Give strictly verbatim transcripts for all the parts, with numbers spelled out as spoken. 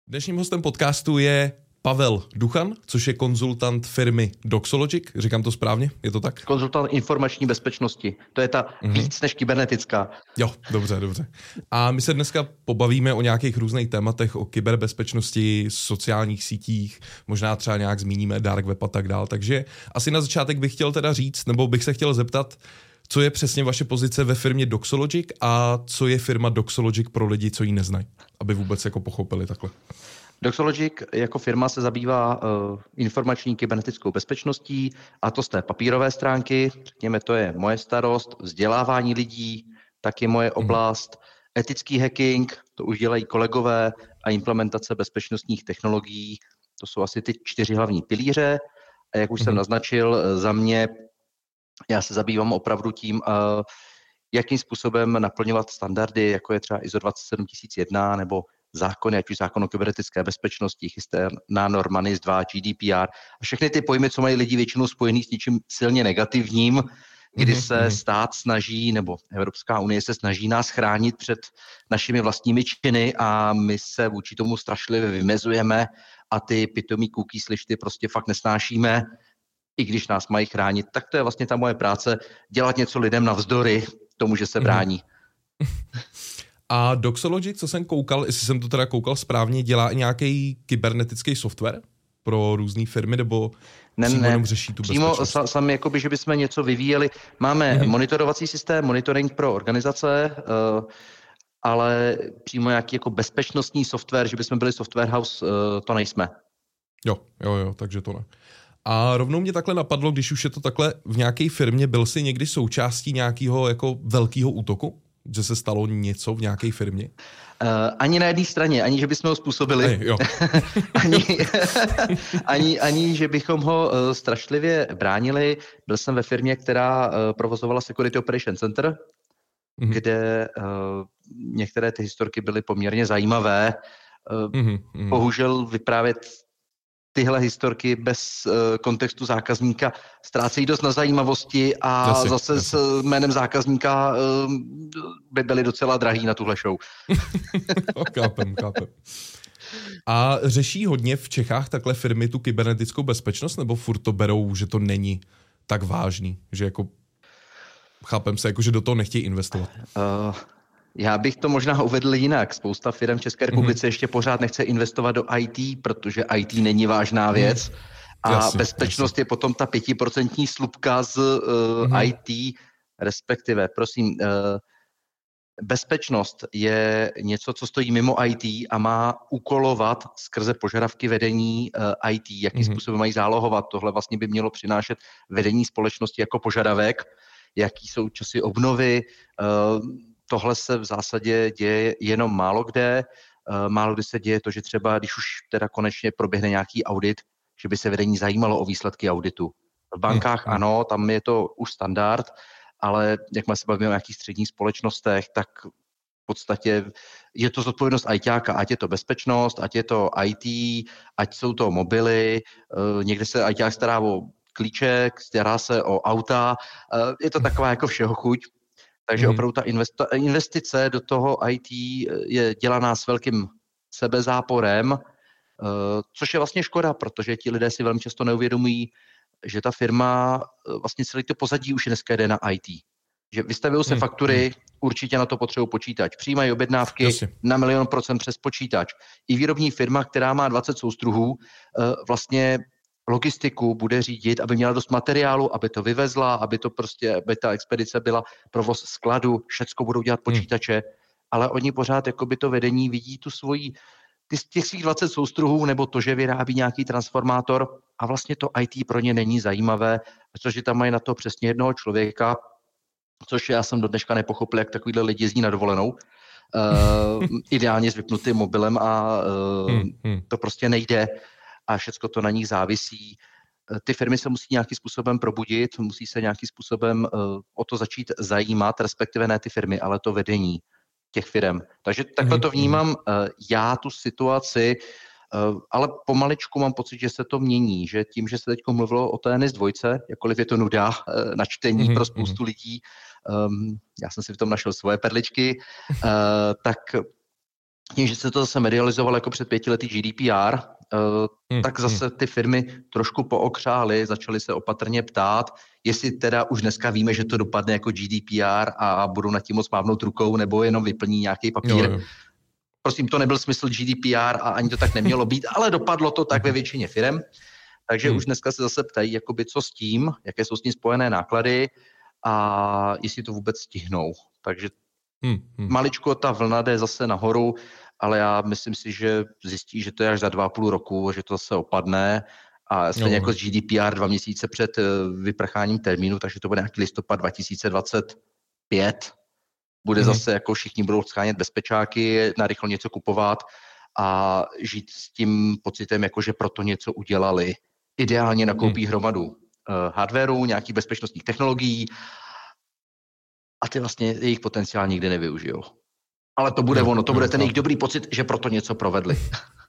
Dnešním hostem podcastu je Pavel Duchan, což je konzultant firmy Doxologic. Říkám to správně? Je to tak? Konzultant informační bezpečnosti. To je ta mm-hmm. víc než kybernetická. Jo, dobře, dobře. A my se dneska pobavíme o nějakých různých tématech, o kyberbezpečnosti, sociálních sítích, možná třeba nějak zmíníme dark web a tak dál. Takže asi na začátek bych chtěl teda říct, nebo bych se chtěl zeptat, co je přesně vaše pozice ve firmě Doxologic a co je firma Doxologic pro lidi, co ji neznají, aby vůbec jako pochopili takhle. Doxologic jako firma se zabývá uh, informační kybernetickou bezpečností, a to z té papírové stránky. Řekněme, to je moje starost, vzdělávání lidí, taky moje oblast, mm. etický hacking, to už dělají kolegové, a implementace bezpečnostních technologií. To jsou asi ty čtyři hlavní pilíře. A jak už mm. jsem naznačil, za mě, já se zabývám opravdu tím, uh, jakým způsobem naplňovat standardy, jako je třeba I S O dvacet sedm tisíc jedna nebo zákony, ať už zákon o kybernetické bezpečnosti, chystaná norma N I S dva, G D P R a všechny ty pojmy, co mají lidi většinou spojený s něčím silně negativním, kdy mm-hmm. se stát snaží, nebo Evropská unie se snaží nás chránit před našimi vlastními činy a my se vůči tomu strašlivě vymezujeme a ty pitomý cookies listy prostě fakt nesnášíme, i když nás mají chránit. Tak to je vlastně ta moje práce, dělat něco lidem navzdory tomu, že se brání. Mm-hmm. A Doxologic, co jsem koukal, jestli jsem to teda koukal správně, dělá i nějaký kybernetický software pro různé firmy, nebo ne, přímo ne, jenom řeší tu přímo bezpečnost? Přímo sami, jakoby, že bychom něco vyvíjeli. Máme mm-hmm. monitorovací systém, monitoring pro organizace, uh, ale přímo nějaký jako bezpečnostní software, že bychom byli software house, uh, to nejsme. Jo, jo, jo, takže to ne. A rovnou mě takhle napadlo, když už je to takhle v nějaké firmě, byl jsi někdy součástí nějakého jako velkého útoku? Že se stalo něco v nějaké firmě? Uh, ani na jedné straně, ani že bychom ho způsobili, Aj, jo. ani, ani, ani že bychom ho uh, strašlivě bránili. Byl jsem ve firmě, která uh, provozovala Security Operation Center, mm-hmm. kde uh, některé ty historky byly poměrně zajímavé. Uh, mm-hmm. Bohužel vyprávět tyhle historky bez uh, kontextu zákazníka ztrácejí dost na zajímavosti a jasně, zase jasně. s jménem zákazníka uh, by byly docela drahý na tuhle show. Kápem, kápem. A řeší hodně v Čechách takhle firmy tu kybernetickou bezpečnost, nebo furt to berou, že to není tak vážný, že jako chápem se, jako že do toho nechtějí investovat? Uh... Já bych to možná uvedl jinak. Spousta firm v České republice mm-hmm. ještě pořád nechce investovat do I T, protože I T není vážná věc. Mm. A jasně, bezpečnost jasně. je potom ta pětiprocentní slupka z uh, mm-hmm. I T, respektive, prosím, uh, bezpečnost je něco, co stojí mimo I T a má úkolovat skrze požadavky vedení uh, I T, jakým mm-hmm. způsobem mají zálohovat. Tohle vlastně by mělo přinášet vedení společnosti jako požadavek, jaký jsou časy obnovy. Uh, Tohle se v zásadě děje jenom málo kde. Málo kdy se děje to, že třeba, když už teda konečně proběhne nějaký audit, že by se vedení zajímalo o výsledky auditu. V bankách hmm. ano, tam je to už standard, ale jakmile se bavíme o nějakých středních společnostech, tak v podstatě je to zodpovědnost ajťáka, ať je to bezpečnost, ať je to I T, ať jsou to mobily, někde se ajťák stará o klíček, stará se o auta, je to taková jako všeho chuť. Takže mm. opravdu ta investice do toho I T je dělaná s velkým sebezáporem, což je vlastně škoda, protože ti lidé si velmi často neuvědomují, že ta firma, vlastně celý to pozadí už je dneska jde na I T. Že vystavují se mm. faktury, určitě na to potřebují počítač. Přijímají objednávky Jasně. na milion procent přes počítač. I výrobní firma, která má dvacet soustruhů, vlastně logistiku bude řídit, aby měla dost materiálu, aby to vyvezla, aby to prostě, aby ta expedice byla provoz skladu, všecko budou dělat počítače, hmm. ale oni pořád jakoby to vedení vidí tu svoji, ty, těch svých dvacet soustruhů, nebo to, že vyrábí nějaký transformátor a vlastně to I T pro ně není zajímavé, protože tam mají na to přesně jednoho člověka, což já jsem do dneška nepochopil, jak takovýhle lidi jezdí na dovolenou, uh, ideálně s vypnutým mobilem a uh, hmm. Hmm. to prostě nejde. A všecko to na nich závisí. Ty firmy se musí nějakým způsobem probudit, musí se nějakým způsobem uh, o to začít zajímat, respektive ne ty firmy, ale to vedení těch firm. Takže takhle to vnímám uh, já tu situaci, uh, ale pomaličku mám pocit, že se to mění, že tím, že se teď mluvilo o té N I S dva, jakkoliv je to nuda uh, na čtení pro spoustu lidí, um, já jsem si v tom našel svoje perličky, uh, tak tím, že se to zase medializovalo jako před pěti lety G D P R, hmm, tak zase ty firmy trošku pookřály, začaly se opatrně ptát, jestli teda už dneska víme, že to dopadne jako G D P R a budou nad tím moc mávnout rukou, nebo jenom vyplní nějaký papír. Jo, jo. Prosím, to nebyl smysl G D P R a ani to tak nemělo být, ale dopadlo to tak ve většině firm. Takže hmm. už dneska se zase ptají, jakoby, co s tím, jaké jsou s tím spojené náklady a jestli to vůbec stihnou. Takže hmm. Hmm. maličko ta vlna jde zase nahoru, ale já myslím si, že zjistí, že to je až za dva a půl roku, že to zase opadne a stejně no. jako z G D P R dva měsíce před vyprcháním termínu, takže to bude nějaký listopad dva tisíce dvacet pět. Bude hmm. zase, jako všichni budou schánět bezpečáky, narychlo něco kupovat a žít s tím pocitem, jako že proto něco udělali. Ideálně nakoupí hmm. hromadu uh, hardwareu, nějakých bezpečnostních technologií a ty vlastně jejich potenciál nikdy nevyužijou. Ale to bude no, ono, to no, bude ten jejich dobrý pocit, že proto něco provedli.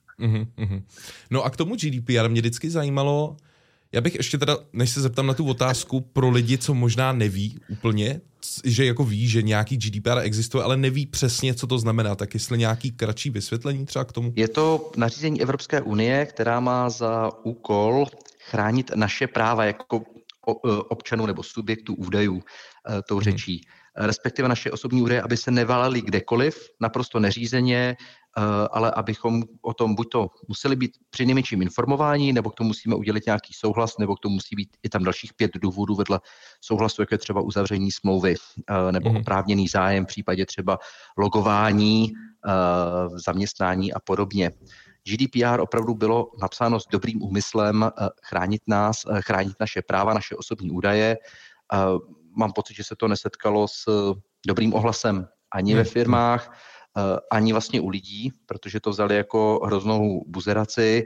No a k tomu G D P R mě vždycky zajímalo, já bych ještě teda, než se zeptám na tu otázku, pro lidi, co možná neví úplně, že jako ví, že nějaký G D P R existuje, ale neví přesně, co to znamená, tak jestli nějaký kratší vysvětlení třeba k tomu? Je to nařízení Evropské unie, která má za úkol chránit naše práva jako občanů nebo subjektů údajů tou řečí. Hmm. Respektive naše osobní údaje, aby se nevalily kdekoliv, naprosto neřízeně, ale abychom o tom buď to museli být přinejmenším informováni, nebo k tomu musíme udělit nějaký souhlas, nebo k tomu musí být i tam dalších pět důvodů vedle souhlasu, jako je třeba uzavření smlouvy, nebo hmm. oprávněný zájem v případě třeba logování, zaměstnání a podobně. G D P R opravdu bylo napsáno s dobrým úmyslem chránit nás, chránit naše práva, naše osobní údaje. Mám pocit, že se to nesetkalo s dobrým ohlasem ani ve firmách, ani vlastně u lidí, protože to vzali jako hroznou buzeraci.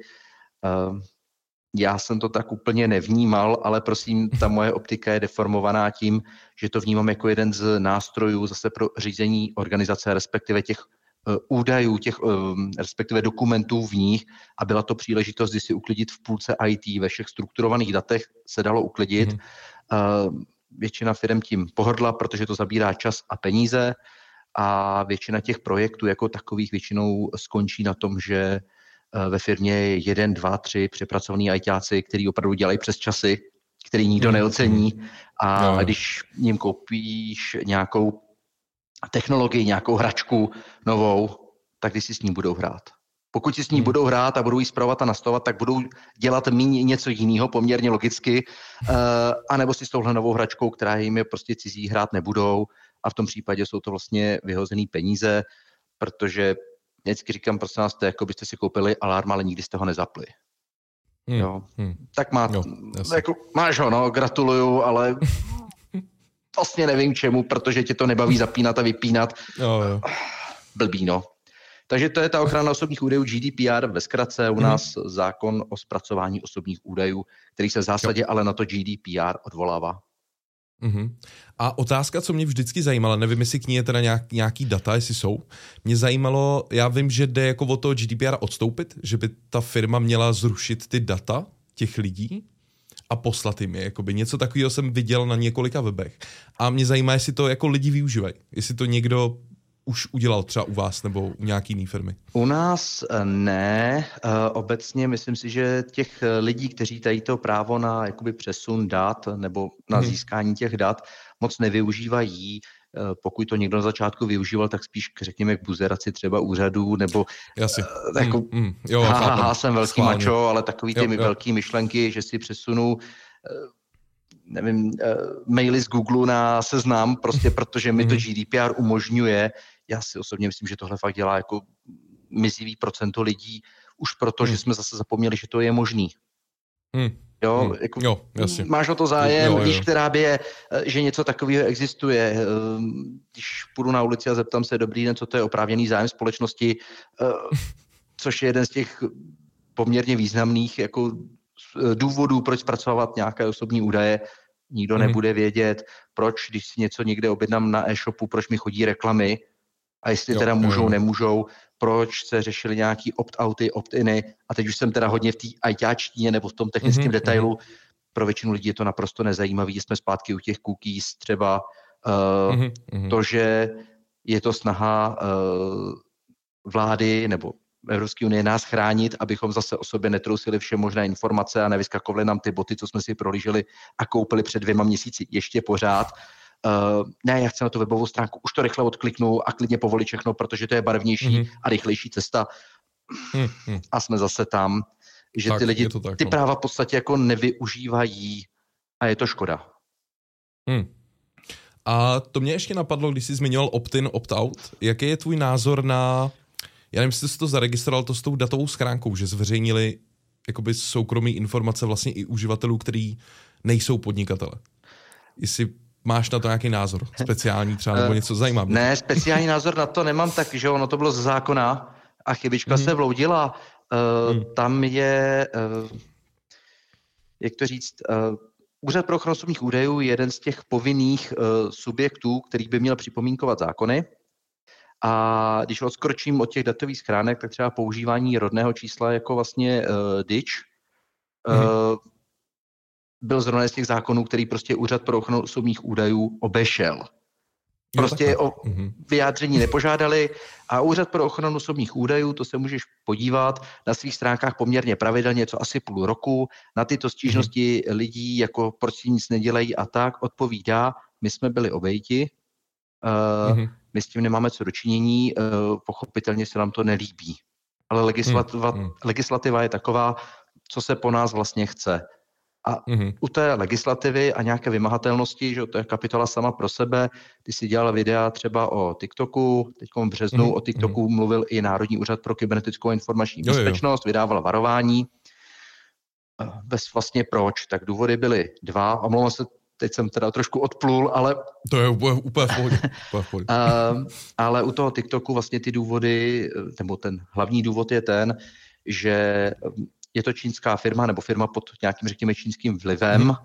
Já jsem to tak úplně nevnímal, ale prosím, ta moje optika je deformovaná tím, že to vnímám jako jeden z nástrojů zase pro řízení organizace, respektive těch údajů, těch respektive dokumentů v nich a byla to příležitost, kdy si uklidit v půlce I T, ve všech strukturovaných datech se dalo uklidit. Mm. Většina firm tím pohrdla, protože to zabírá čas a peníze a většina těch projektů jako takových většinou skončí na tom, že ve firmě je jeden, dva, tři přepracovaní ajťáci, který opravdu dělají přes časy, který nikdo mm. neocení a no. když jim koupíš nějakou technologii, nějakou hračku novou, tak když si s ní budou hrát. Pokud si s ní hmm. budou hrát a budou ji spravovat a nastavovat, tak budou dělat míň něco jiného, poměrně logicky, uh, anebo si s touhle novou hračkou, která jim je prostě cizí, hrát nebudou a v tom případě jsou to vlastně vyhozený peníze, protože vždycky říkám, prosím vás, to je, jako byste si koupili alarm, ale nikdy jste ho nezapli. Hmm. Jo. Hmm. Tak má, jo, jako, máš ho, no, gratuluju, ale vlastně nevím čemu, protože tě to nebaví zapínat a vypínat. Jo, jo. Blbý, no. Takže to je ta ochrana osobních údajů G D P R, ve zkratce u nás mm. zákon o zpracování osobních údajů, který se v zásadě jo. ale na to G D P R odvolává. Mm-hmm. A otázka, co mě vždycky zajímala, nevím, jestli k ní je teda nějak, nějaký data, jestli jsou, mě zajímalo, já vím, že jde jako o to G D P R odstoupit, že by ta firma měla zrušit ty data těch lidí a poslat jim je. Jakoby něco takového jsem viděl na několika webech. A mě zajímá, jestli to jako lidi využívají. Jestli to někdo už udělal třeba u vás nebo u nějaký jiný firmy. U nás ne. Obecně myslím si, že těch lidí, kteří tady to právo na jakoby přesun dat nebo na hmm. získání těch dat moc nevyužívají. Pokud to někdo na začátku využíval, tak spíš řekněme k buzeraci třeba úřadů nebo Jasně. jako mm, mm. Jo, haha, jsem velký Schválně. mačo, ale takový ty jo, jo. velký myšlenky, že si přesunu nevím, maily z Google na Seznam, prostě protože mi to G D P R umožňuje. Já si osobně myslím, že tohle fakt dělá jako mizivý procento lidí, už proto, hmm. že jsme zase zapomněli, že to je možný. Hmm. Jo, hmm. Jako, jo, jasně. Máš o to zájem, jo, jo. víš, která by je, že něco takového existuje. Když půjdu na ulici a zeptám se, dobrý den, co to je oprávněný zájem společnosti, což je jeden z těch poměrně významných jako důvodů, proč zpracovávat nějaké osobní údaje, nikdo hmm. nebude vědět, proč, když si něco někde objednám na e-shopu, proč mi chodí reklamy a jestli jo, teda můžou, jo. nemůžou, proč se řešily nějaký opt-outy, opt-iny a teď už jsem teda hodně v té ajťáčtině nebo v tom technickém hmm. detailu. Pro většinu lidí je to naprosto nezajímavé, jsme zpátky u těch cookies, třeba uh, hmm. to, že je to snaha uh, vlády nebo Evropské unie nás chránit, abychom zase o sobě netrousili vše možné informace a nevyskakovaly nám ty boty, co jsme si prohlíželi a koupili před dvěma měsíci ještě pořád. Uh, ne, já chci na tu webovou stránku, už to rychle odkliknu a klidně povolit všechno, protože to je barevnější mm-hmm. a rychlejší cesta. Mm-hmm. A jsme zase tam, že tak, ty lidi tak, ty no. práva v podstatě jako nevyužívají a je to škoda. Mm. A to mě ještě napadlo, když jsi zmiňoval opt-in, opt-out. Jaký je tvůj názor na, já nevím, jestli jsi to zaregistroval, to s tou datovou schránkou, že zveřejnili jakoby soukromý informace vlastně i uživatelů, který nejsou podnikatele. Jestli máš na to nějaký názor? Speciální třeba nebo něco zajímavého? Ne, speciální názor na to nemám tak, že ono to bylo ze zákona a chybička mm. se vloudila. Uh, mm. Tam je, uh, jak to říct, uh, Úřad pro ochranu osobních údajů je jeden z těch povinných uh, subjektů, který by měl připomínkovat zákony. A když odskročím od těch datových schránek, tak třeba používání rodného čísla jako vlastně uh, D I Č uh, mm. byl zrovna z těch zákonů, který prostě Úřad pro ochranu osobních údajů obešel. Prostě o vyjádření nepožádali a Úřad pro ochranu osobních údajů, to se můžeš podívat na svých stránkách poměrně pravidelně, co asi půl roku, na tyto stížnosti mm. lidí, jako proč si nic nedělají a tak, odpovídá, my jsme byli obejti, uh, mm. my s tím nemáme co dočinění, uh, pochopitelně se nám to nelíbí. Ale legislativa, mm. legislativa je taková, co se po nás vlastně chce. A mm-hmm. u té legislativy a nějaké vymahatelnosti, že to je kapitola sama pro sebe, ty si dělal videa třeba o TikToku, teď v březnu mm-hmm. o TikToku mm-hmm. mluvil i Národní úřad pro kybernetickou a informační jo, bezpečnost, jo. vydával varování. Bez vlastně proč, tak důvody byly dva, a mluvám se, teď jsem teda trošku odplul, ale... To je úplně, úplně v pohodě. uh, ale u toho TikToku vlastně ty důvody, nebo ten hlavní důvod je ten, že je to čínská firma nebo firma pod nějakým, řekněme, čínským vlivem hmm.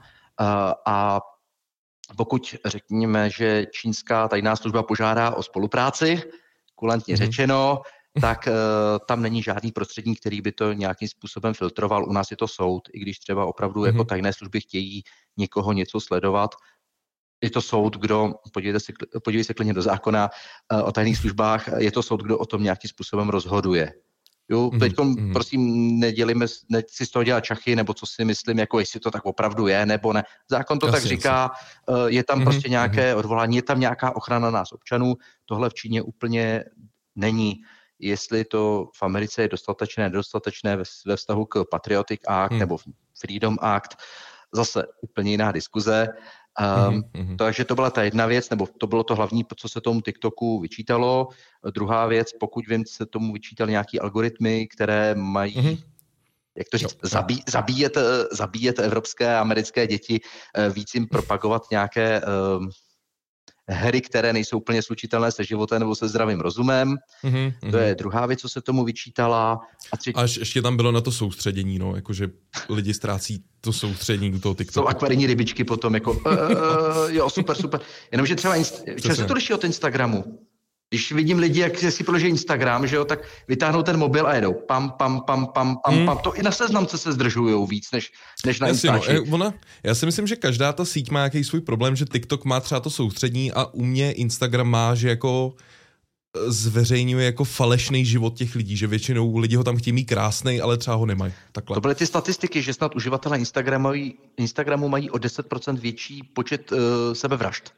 a pokud řekněme, že čínská tajná služba požádá o spolupráci, kulantně hmm. řečeno, tak uh, tam není žádný prostředník, který by to nějakým způsobem filtroval. U nás je to soud, i když třeba opravdu hmm. jako tajné služby chtějí někoho něco sledovat. Je to soud, kdo, podívejte se, podívej se klidně do zákona uh, o tajných službách, je to soud, kdo o tom nějakým způsobem rozhoduje. Jo, teď mm, prosím, nedělíme, ne, si z toho dělat čachy, nebo co si myslím, jako jestli to tak opravdu je, nebo ne. Zákon to jasně, tak říká, jasně. je tam mm, prostě nějaké mm. odvolání, je tam nějaká ochrana nás občanů, tohle v Číně úplně není. Jestli to v Americe je dostatečné, nedostatečné ve, ve vztahu k Patriotic Act mm. nebo Freedom Act, zase úplně jiná diskuze. Um, mm-hmm. Takže to byla ta jedna věc, nebo to bylo to hlavní, co se tomu TikToku vyčítalo. Druhá věc, pokud vím, se tomu vyčítali nějaký algoritmy, které mají, mm-hmm. jak to říct, jo, zabí, zabíjet, zabíjet evropské a americké děti, víc jim propagovat nějaké um, hry, které nejsou úplně slučitelné se životem nebo se zdravým rozumem. Mm-hmm. To je druhá věc, co se tomu vyčítala. A, třetí... a ještě tam bylo na to soustředění, no, jakože lidi ztrácí to soustředění do toho TikToku. Jsou akvarijní rybičky potom, jako uh, uh, jo, super, super. Jenomže třeba, inst- čas se to liší od Instagramu. Když vidím lidi, jak si položí Instagram, že jo, tak vytáhnou ten mobil a jedou. Pam, pam, pam, pam, pam, hmm. pam. To i na seznamce se zdržujou víc, než, než na Instači. No, ona, já si myslím, že každá ta síť má nějaký svůj problém, že TikTok má třeba to soustřední a u mě Instagram má, že jako zveřejňuje jako falešný život těch lidí, že většinou lidi ho tam chtějí mít krásnej, ale třeba ho nemají. Takhle. To byly ty statistiky, že snad uživatelé Instagramu, Instagramu mají o deset procent větší počet uh, sebevražd.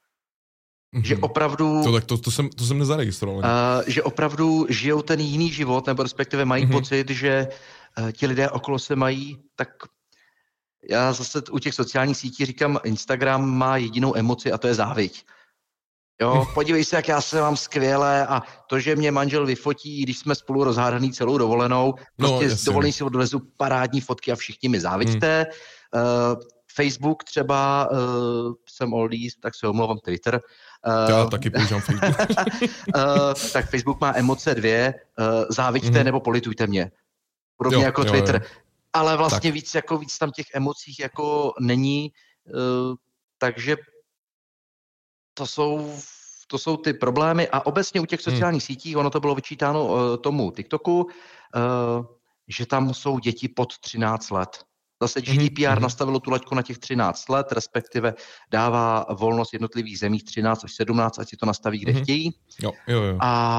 Že opravdu... To, tak to, to, jsem, to jsem nezaregistroval. Uh, že opravdu žijou ten jiný život, nebo respektive mají mm-hmm. pocit, že uh, ti lidé okolo se mají, tak já zase u těch sociálních sítí říkám, Instagram má jedinou emoci a to je záviď. Jo, podívej se, jak já se mám skvěle a to, že mě manžel vyfotí, když jsme spolu rozhádaný celou dovolenou, prostě no, z dovolený si odlezu parádní fotky a všichni mi záviďte. Mm. Uh, Facebook třeba, uh, jsem oldie, tak se omlouvám, Twitter. Uh, Já taky používám Facebook. uh, tak Facebook má emoce dvě, uh, záviďte mm-hmm. nebo politujte mě. Podobně jo, jako jo, Twitter. Jo. Ale vlastně tak. víc, jako víc tam těch emocích jako není, uh, takže to jsou, to jsou ty problémy a obecně u těch sociálních hmm. sítí, ono to bylo vyčítáno uh, tomu TikToku, uh, že tam jsou děti pod třináct let. Zase G D P R mm-hmm. nastavilo tu laťku na těch třináct let, respektive dává volnost jednotlivých zemích třináct až sedmnáct, ať si to nastaví, kde mm-hmm. chtějí. Jo, jo, jo. A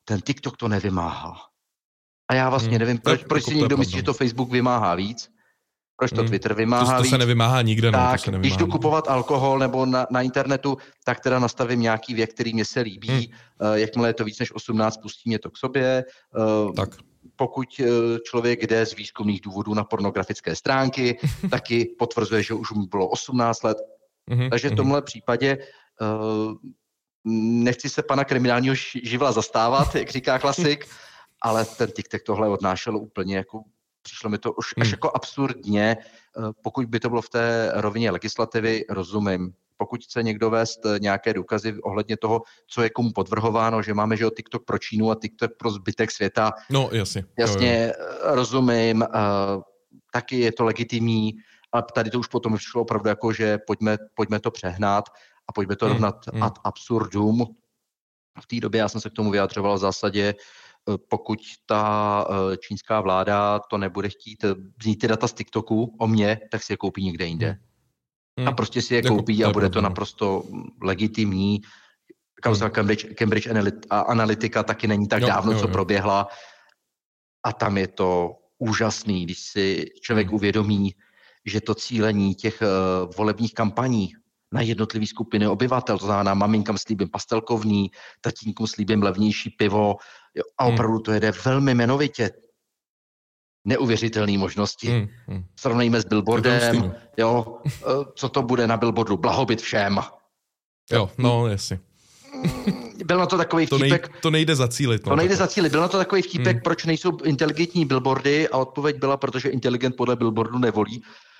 ten TikTok to nevymáhá. A já vlastně hmm. nevím, proč, to, proč si někdo myslí, že to Facebook vymáhá víc, proč to hmm. Twitter vymáhá to, to víc. se nevymáhá nikde. Tak, no, to se nevymáhá když jdu nikde. kupovat alkohol nebo na, na internetu, tak teda nastavím nějaký věk, který mě se líbí. Hmm. Uh, jakmile je to víc než osmnáct, pustí mě to k sobě. Uh, tak. Pokud člověk jde z výzkumných důvodů na pornografické stránky, taky potvrzuje, že už mu bylo osmnáct let. Mm-hmm. Takže v tomhle případě uh, nechci se pana kriminálního živla zastávat, jak říká klasik, ale ten TikTok tohle odnášel úplně jako, přišlo mi to už až mm. jako absurdně. Uh, pokud by to bylo v té rovině legislativy, rozumím. Pokud chce někdo vést nějaké důkazy ohledně toho, co je komu podvrhováno, že máme, že jo, TikTok pro Čínu a TikTok pro zbytek světa. No, jasně. Jasně, jo, jo. Rozumím, uh, taky je to legitimní, ale tady to už potom přišlo opravdu jako, že pojďme, pojďme to přehnat a pojďme to hmm, rovnat hmm. ad absurdum. V té době já jsem se k tomu vyjadřoval v zásadě, pokud ta čínská vláda to nebude chtít vzít ty data z TikToku o mě, tak si je koupí někde jinde. Hmm. Hmm. A prostě si je koupí jako, a bude to naprosto legitimní. Kauza hmm. Cambridge, Cambridge Analytica taky není tak jo, dávno, jo, co jo. proběhla. A tam je to úžasný, když si člověk hmm. uvědomí, že to cílení těch uh, volebních kampaní na jednotlivé skupiny obyvatel, to znamená maminkám slíbím pastelkovný, tatínkům slíbím levnější pivo jo, a opravdu to jede velmi jmenovitě. Neuvěřitelné možnosti. Hmm, hmm. Srovnejme s billboardem, jo, co to bude na billboardu, blahobyt všem. Jo, no jasně. Byl na to takový vtípek. To, nej, to nejde zacílit. No, to nejde zacílit. Byl na to takový vtípek, hmm. proč nejsou inteligentní billboardy a odpověď byla, protože inteligent podle billboardu nevolí.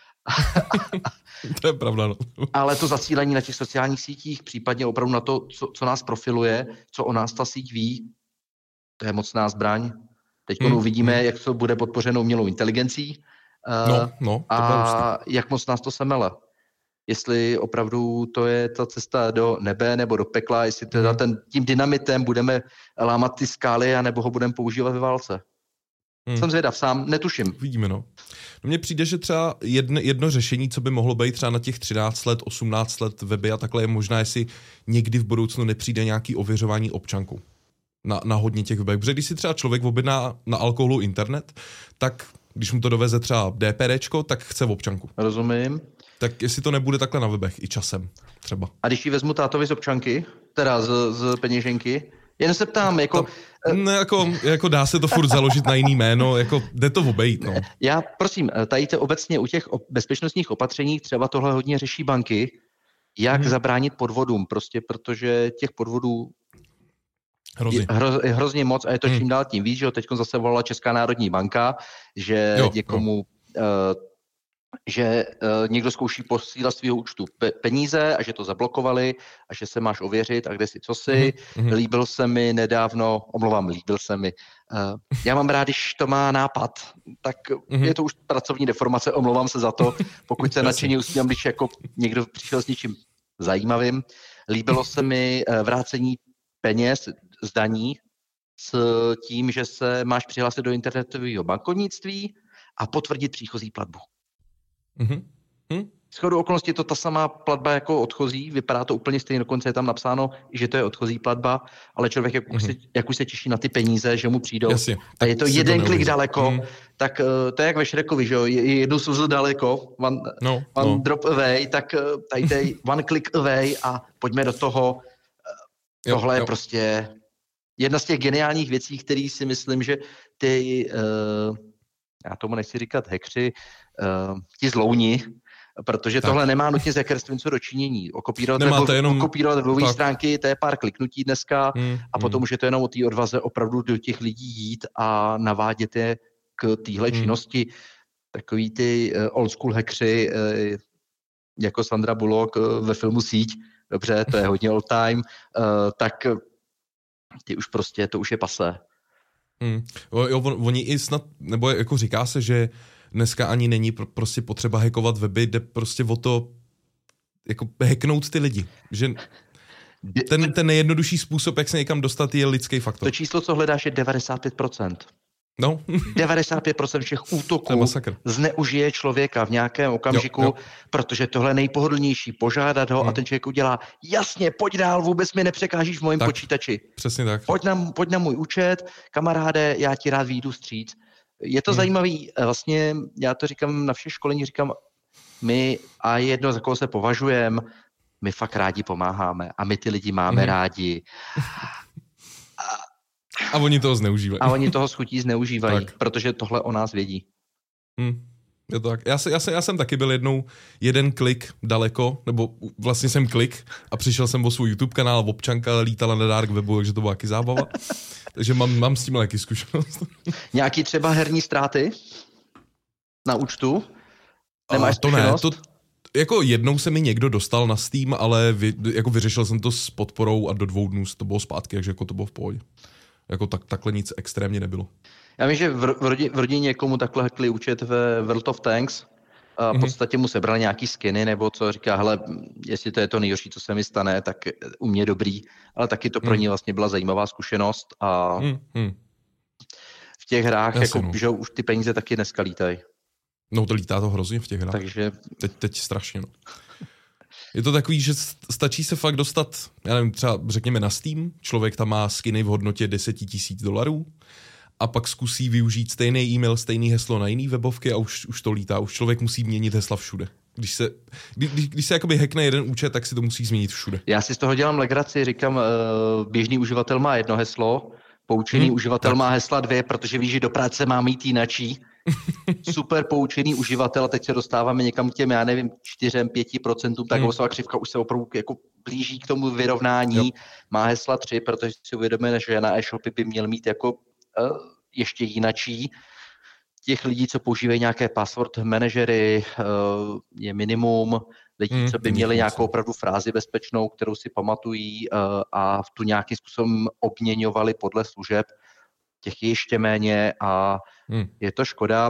To je pravda, no. Ale to zacílení na těch sociálních sítích, případně opravdu na to, co, co nás profiluje, co o nás ta síť ví, to je mocná zbraň. Teď hmm. uvidíme, hmm. jak to bude podpořeno umělou inteligencí no, no, a jak moc nás to semele. Jestli opravdu to je ta cesta do nebe nebo do pekla, jestli teda hmm. ten, tím dynamitem budeme lámat ty skály a nebo ho budeme používat ve válce. Hmm. Jsem zvědav, sám netuším. Vidíme, no. No mně přijde, že třeba jedno, jedno řešení, co by mohlo být třeba na těch třináct let, osmnáct let weby a takhle je možná, jestli někdy v budoucnu nepřijde nějaký ověřování občanku. Na, na hodně těch webech. Protože když si třeba člověk objedná na alkoholu internet, tak když mu to doveze třeba DPDčko, tak chce občanku. Rozumím. Tak jestli to nebude takhle na webech i časem třeba. A když ji vezmu tátovi z občanky, teda z, z peněženky, jen se ptám, jako... Ne, jako, jako dá se to furt založit na jiný jméno, jako jde to obejít, no. Já prosím, tady to obecně u těch bezpečnostních opatření třeba tohle hodně řeší banky, jak hmm. zabránit podvodům, prostě protože těch podvodů Hrozí. Hro, hrozně moc a je to čím hmm. dál tím víc, že teď zase volala Česká národní banka, že jo, někomu, jo. Uh, že uh, někdo zkouší posílat svého účtu pe- peníze a že to zablokovali a že se máš ověřit a kde si co si. Hmm. Líbil se mi nedávno, omlouvám, líbil se mi. Uh, já mám rád, když to má nápad, tak hmm. je to už pracovní deformace, omlouvám se za to, pokud se nadšeně usmívám, když jako někdo přišel s něčím zajímavým. Líbilo se mi uh, vrácení peněz z daní s tím, že se máš přihlásit do internetového bankovnictví a potvrdit příchozí platbu. Mm-hmm. Mm. Shodou okolností je to ta samá platba jako odchozí, vypadá to úplně stejně, dokonce je tam napsáno, že to je odchozí platba, ale člověk, jak, mm-hmm. už, se, jak už se těší na ty peníze, že mu přijdou Jasně, a je to jeden to klik daleko, mm. tak uh, to je jak ve Šrekovi, že jo, je jednu slzu daleko, one, no, one no. drop away, tak uh, tady to je one click away a pojďme do toho. Jo, Tohle jo. je prostě jedna z těch geniálních věcí, které si myslím, že ty, uh, já tomu nechci říkat hackři, uh, ti zlouni, protože tak. tohle nemá nutně s hackerstvím co dočinění. Okopírovat, webov, jenom... okopírovat webové stránky, to je pár kliknutí dneska hmm, a potom hmm. už je to jenom o té odvaze opravdu do těch lidí jít a navádět je k téhle hmm. činnosti. Takový ty uh, old school hackři, uh, jako Sandra Bullock uh, ve filmu Síť, dobře, to je hodně old time, uh, tak ty už prostě, to už je pasé. Hmm. Jo, on, oni i snad, nebo jako říká se, že dneska ani není pr- prostě potřeba hackovat weby, jde prostě o to, jako hacknout ty lidi. Že ten, ten nejjednodušší způsob, jak se někam dostat, je lidský faktor. To číslo, co hledáš, je devadesát pět procent. No. devadesát pět procent všech útoků zneužije člověka v nějakém okamžiku, jo, jo. protože tohle je nejpohodlnější, požádat ho hmm. a ten člověk udělá, jasně, pojď dál, vůbec mi nepřekážíš v mém tak, počítači. Přesně tak. Pojď na, pojď na můj účet, kamaráde, já ti rád vyjdu vstříc. Je to hmm. zajímavý, vlastně já to říkám na všech školení, říkám, my a jedno, za koho se považujeme, my fakt rádi pomáháme a my ty lidi máme hmm. rádi. A oni toho zneužívají. A oni toho schutí zneužívají, tak. protože tohle o nás vědí. Hmm. Je to tak. Já, se, já, se, já jsem taky byl jednou jeden klik daleko, nebo vlastně jsem klik a přišel jsem o svůj YouTube kanál, občanka lítala na dark webu, takže to byla taky zábava. Takže mám, mám s tím taky zkušenost. Nějaký třeba herní ztráty na účtu? Nemáš a to ne, to, jako jednou se mi někdo dostal na Steam, ale vy, jako vyřešil jsem to s podporou a do dvou dnů to bylo zpátky, takže jako to bylo v pohodě. Jako tak, takhle nic extrémně nebylo. Já vím, že v, v, rodině, v rodině někomu takhle hackli účet ve World of Tanks a v podstatě mu sebrali nějaký skiny, nebo co říká, hele, jestli to je to nejhorší, co se mi stane, tak u mě dobrý, ale taky to pro mm. ní vlastně byla zajímavá zkušenost a mm. Mm. v těch hrách, jako, no. že už ty peníze taky dneska lítají. No to lítá to hrozně v těch hrách. Takže... Teď, teď strašně, no. Je to takový, že stačí se fakt dostat, já nevím, třeba řekněme na Steam, člověk tam má skiny v hodnotě deset tisíc dolarů a pak zkusí využít stejný e-mail, stejný heslo na jiný webovky a už, už to lítá, už člověk musí měnit hesla všude. Když se, když, když se jakoby hackne jeden účet, tak si to musí změnit všude. Já si z toho dělám legraci, říkám, běžný uživatel má jedno heslo, poučený hmm, uživatel tak. má hesla dvě, protože ví, že do práce má mít jinačí. Super poučený uživatel, a teď se dostáváme někam k těm, já nevím, čtyřem, pěti procentům, tak hmm. křivka už se opravdu jako blíží k tomu vyrovnání, jo. má hesla tři, protože si uvědomíme, že na e-shopy by měl mít jako uh, ještě jinačí. Těch lidí, co používají nějaké password manažery, uh, je minimum. Lidí, hmm, co by měli nějakou opravdu frázi bezpečnou, kterou si pamatují uh, a v tu nějakým způsobem obměňovali podle služeb, těch je ještě méně a hmm. je to škoda.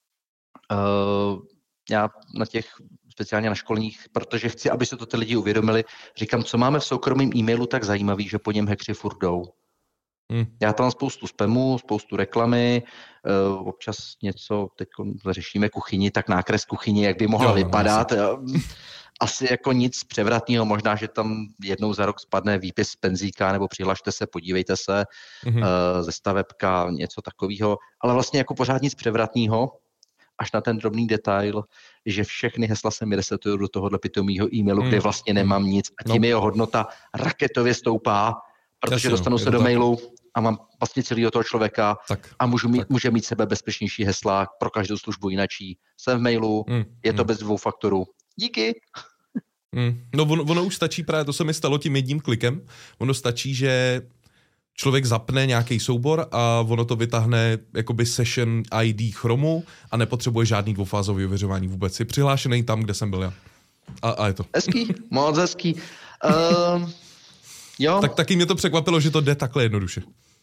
Uh, já na těch, speciálně na školních, protože chci, aby se to ty lidi uvědomili, říkám, co máme v soukromém e-mailu tak zajímavý, že po něm hackři furt jdou. Hmm. Já tam mám spoustu spamu, spoustu reklamy, uh, občas něco, teď řešíme kuchyni, tak nákres kuchyně, jak by mohla jo, vypadat. No, asi jako nic převratného, možná, že tam jednou za rok spadne výpis z penzíka, nebo přihlašte se, podívejte se mm-hmm. uh, ze stavebka, něco takového, ale vlastně jako pořád nic převratného, až na ten drobný detail, že všechny hesla se mi resetují do tohohle pitomýho e-mailu, mm. kde vlastně nemám nic a tím no. jeho hodnota raketově stoupá, protože Jasně, dostanu se do tak. mailu a mám vlastně celého toho člověka tak, a můžu mít, může mít sebe bezpečnější hesla pro každou službu jinačí. Jsem v mailu, mm. je to mm. bez dvou faktorů. Díky. Mm. No ono, ono už stačí právě, to se mi stalo tím jedním klikem, ono stačí, že člověk zapne nějaký soubor a ono to vytáhne jakoby session I D Chromu a nepotřebuje žádný dvoufázový ověřování vůbec. Je přihlášený tam, kde jsem byl já. A, a je to. Hezký, moc hezký. Uh, jo. Tak taky mě to překvapilo, že to jde takhle jednoduše.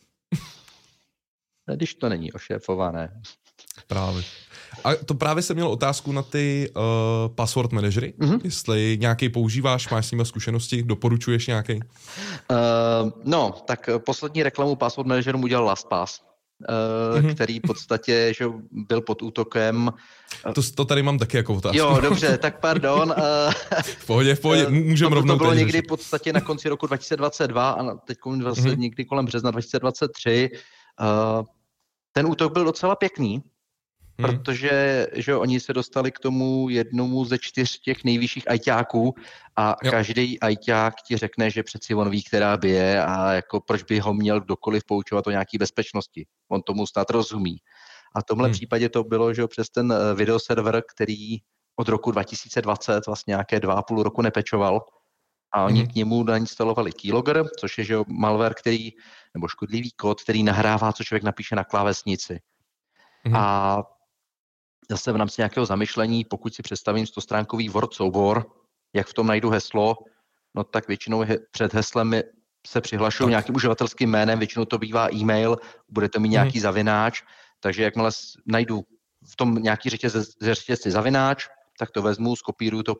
Když to není ošéfované. Právě. A to právě jsem měl otázku na ty uh, password managery, mm-hmm. jestli nějaký používáš, máš s nimi zkušenosti, doporučuješ nějaký? Uh, no, tak poslední reklamu password managerům udělal LastPass, uh, mm-hmm. který v podstatě že byl pod útokem. To, to tady mám taky jako otázku. Jo, dobře, tak pardon. Uh, v pohodě, v pohodě, můžeme to, rovnou To bylo tady někdy řešit. v podstatě na konci roku dva tisíce dvacet dva a teď mm-hmm. někdy kolem března dva tisíce dvacet tři. Uh, ten útok byl docela pěkný. Hmm. Protože že oni se dostali k tomu jednomu ze čtyř těch nejvyšších ajťáků a jo. každý ajťák ti řekne, že přeci on ví, která bije a jako proč by ho měl kdokoliv poučovat o nějaký bezpečnosti. On tomu snad rozumí. A v tomhle hmm. případě to bylo, že přes ten videoserver, který od roku dva tisíce dvacet vlastně nějaké dva a půl roku nepečoval a oni hmm. k němu nainstalovali keylogger, což je že malware, který, nebo škodlivý kód, který nahrává, co člověk napíše na klávesnici. Hmm. A zase v rámci nějakého zamyšlení, pokud si představím stostránkový Word soubor, jak v tom najdu heslo, no tak většinou he, před heslem se přihlašuju nějakým uživatelským jménem, většinou to bývá e-mail, bude to mít nějaký hmm. zavináč, takže jakmile najdu v tom nějaký řetězci zavináč, tak to vezmu, skopíruju to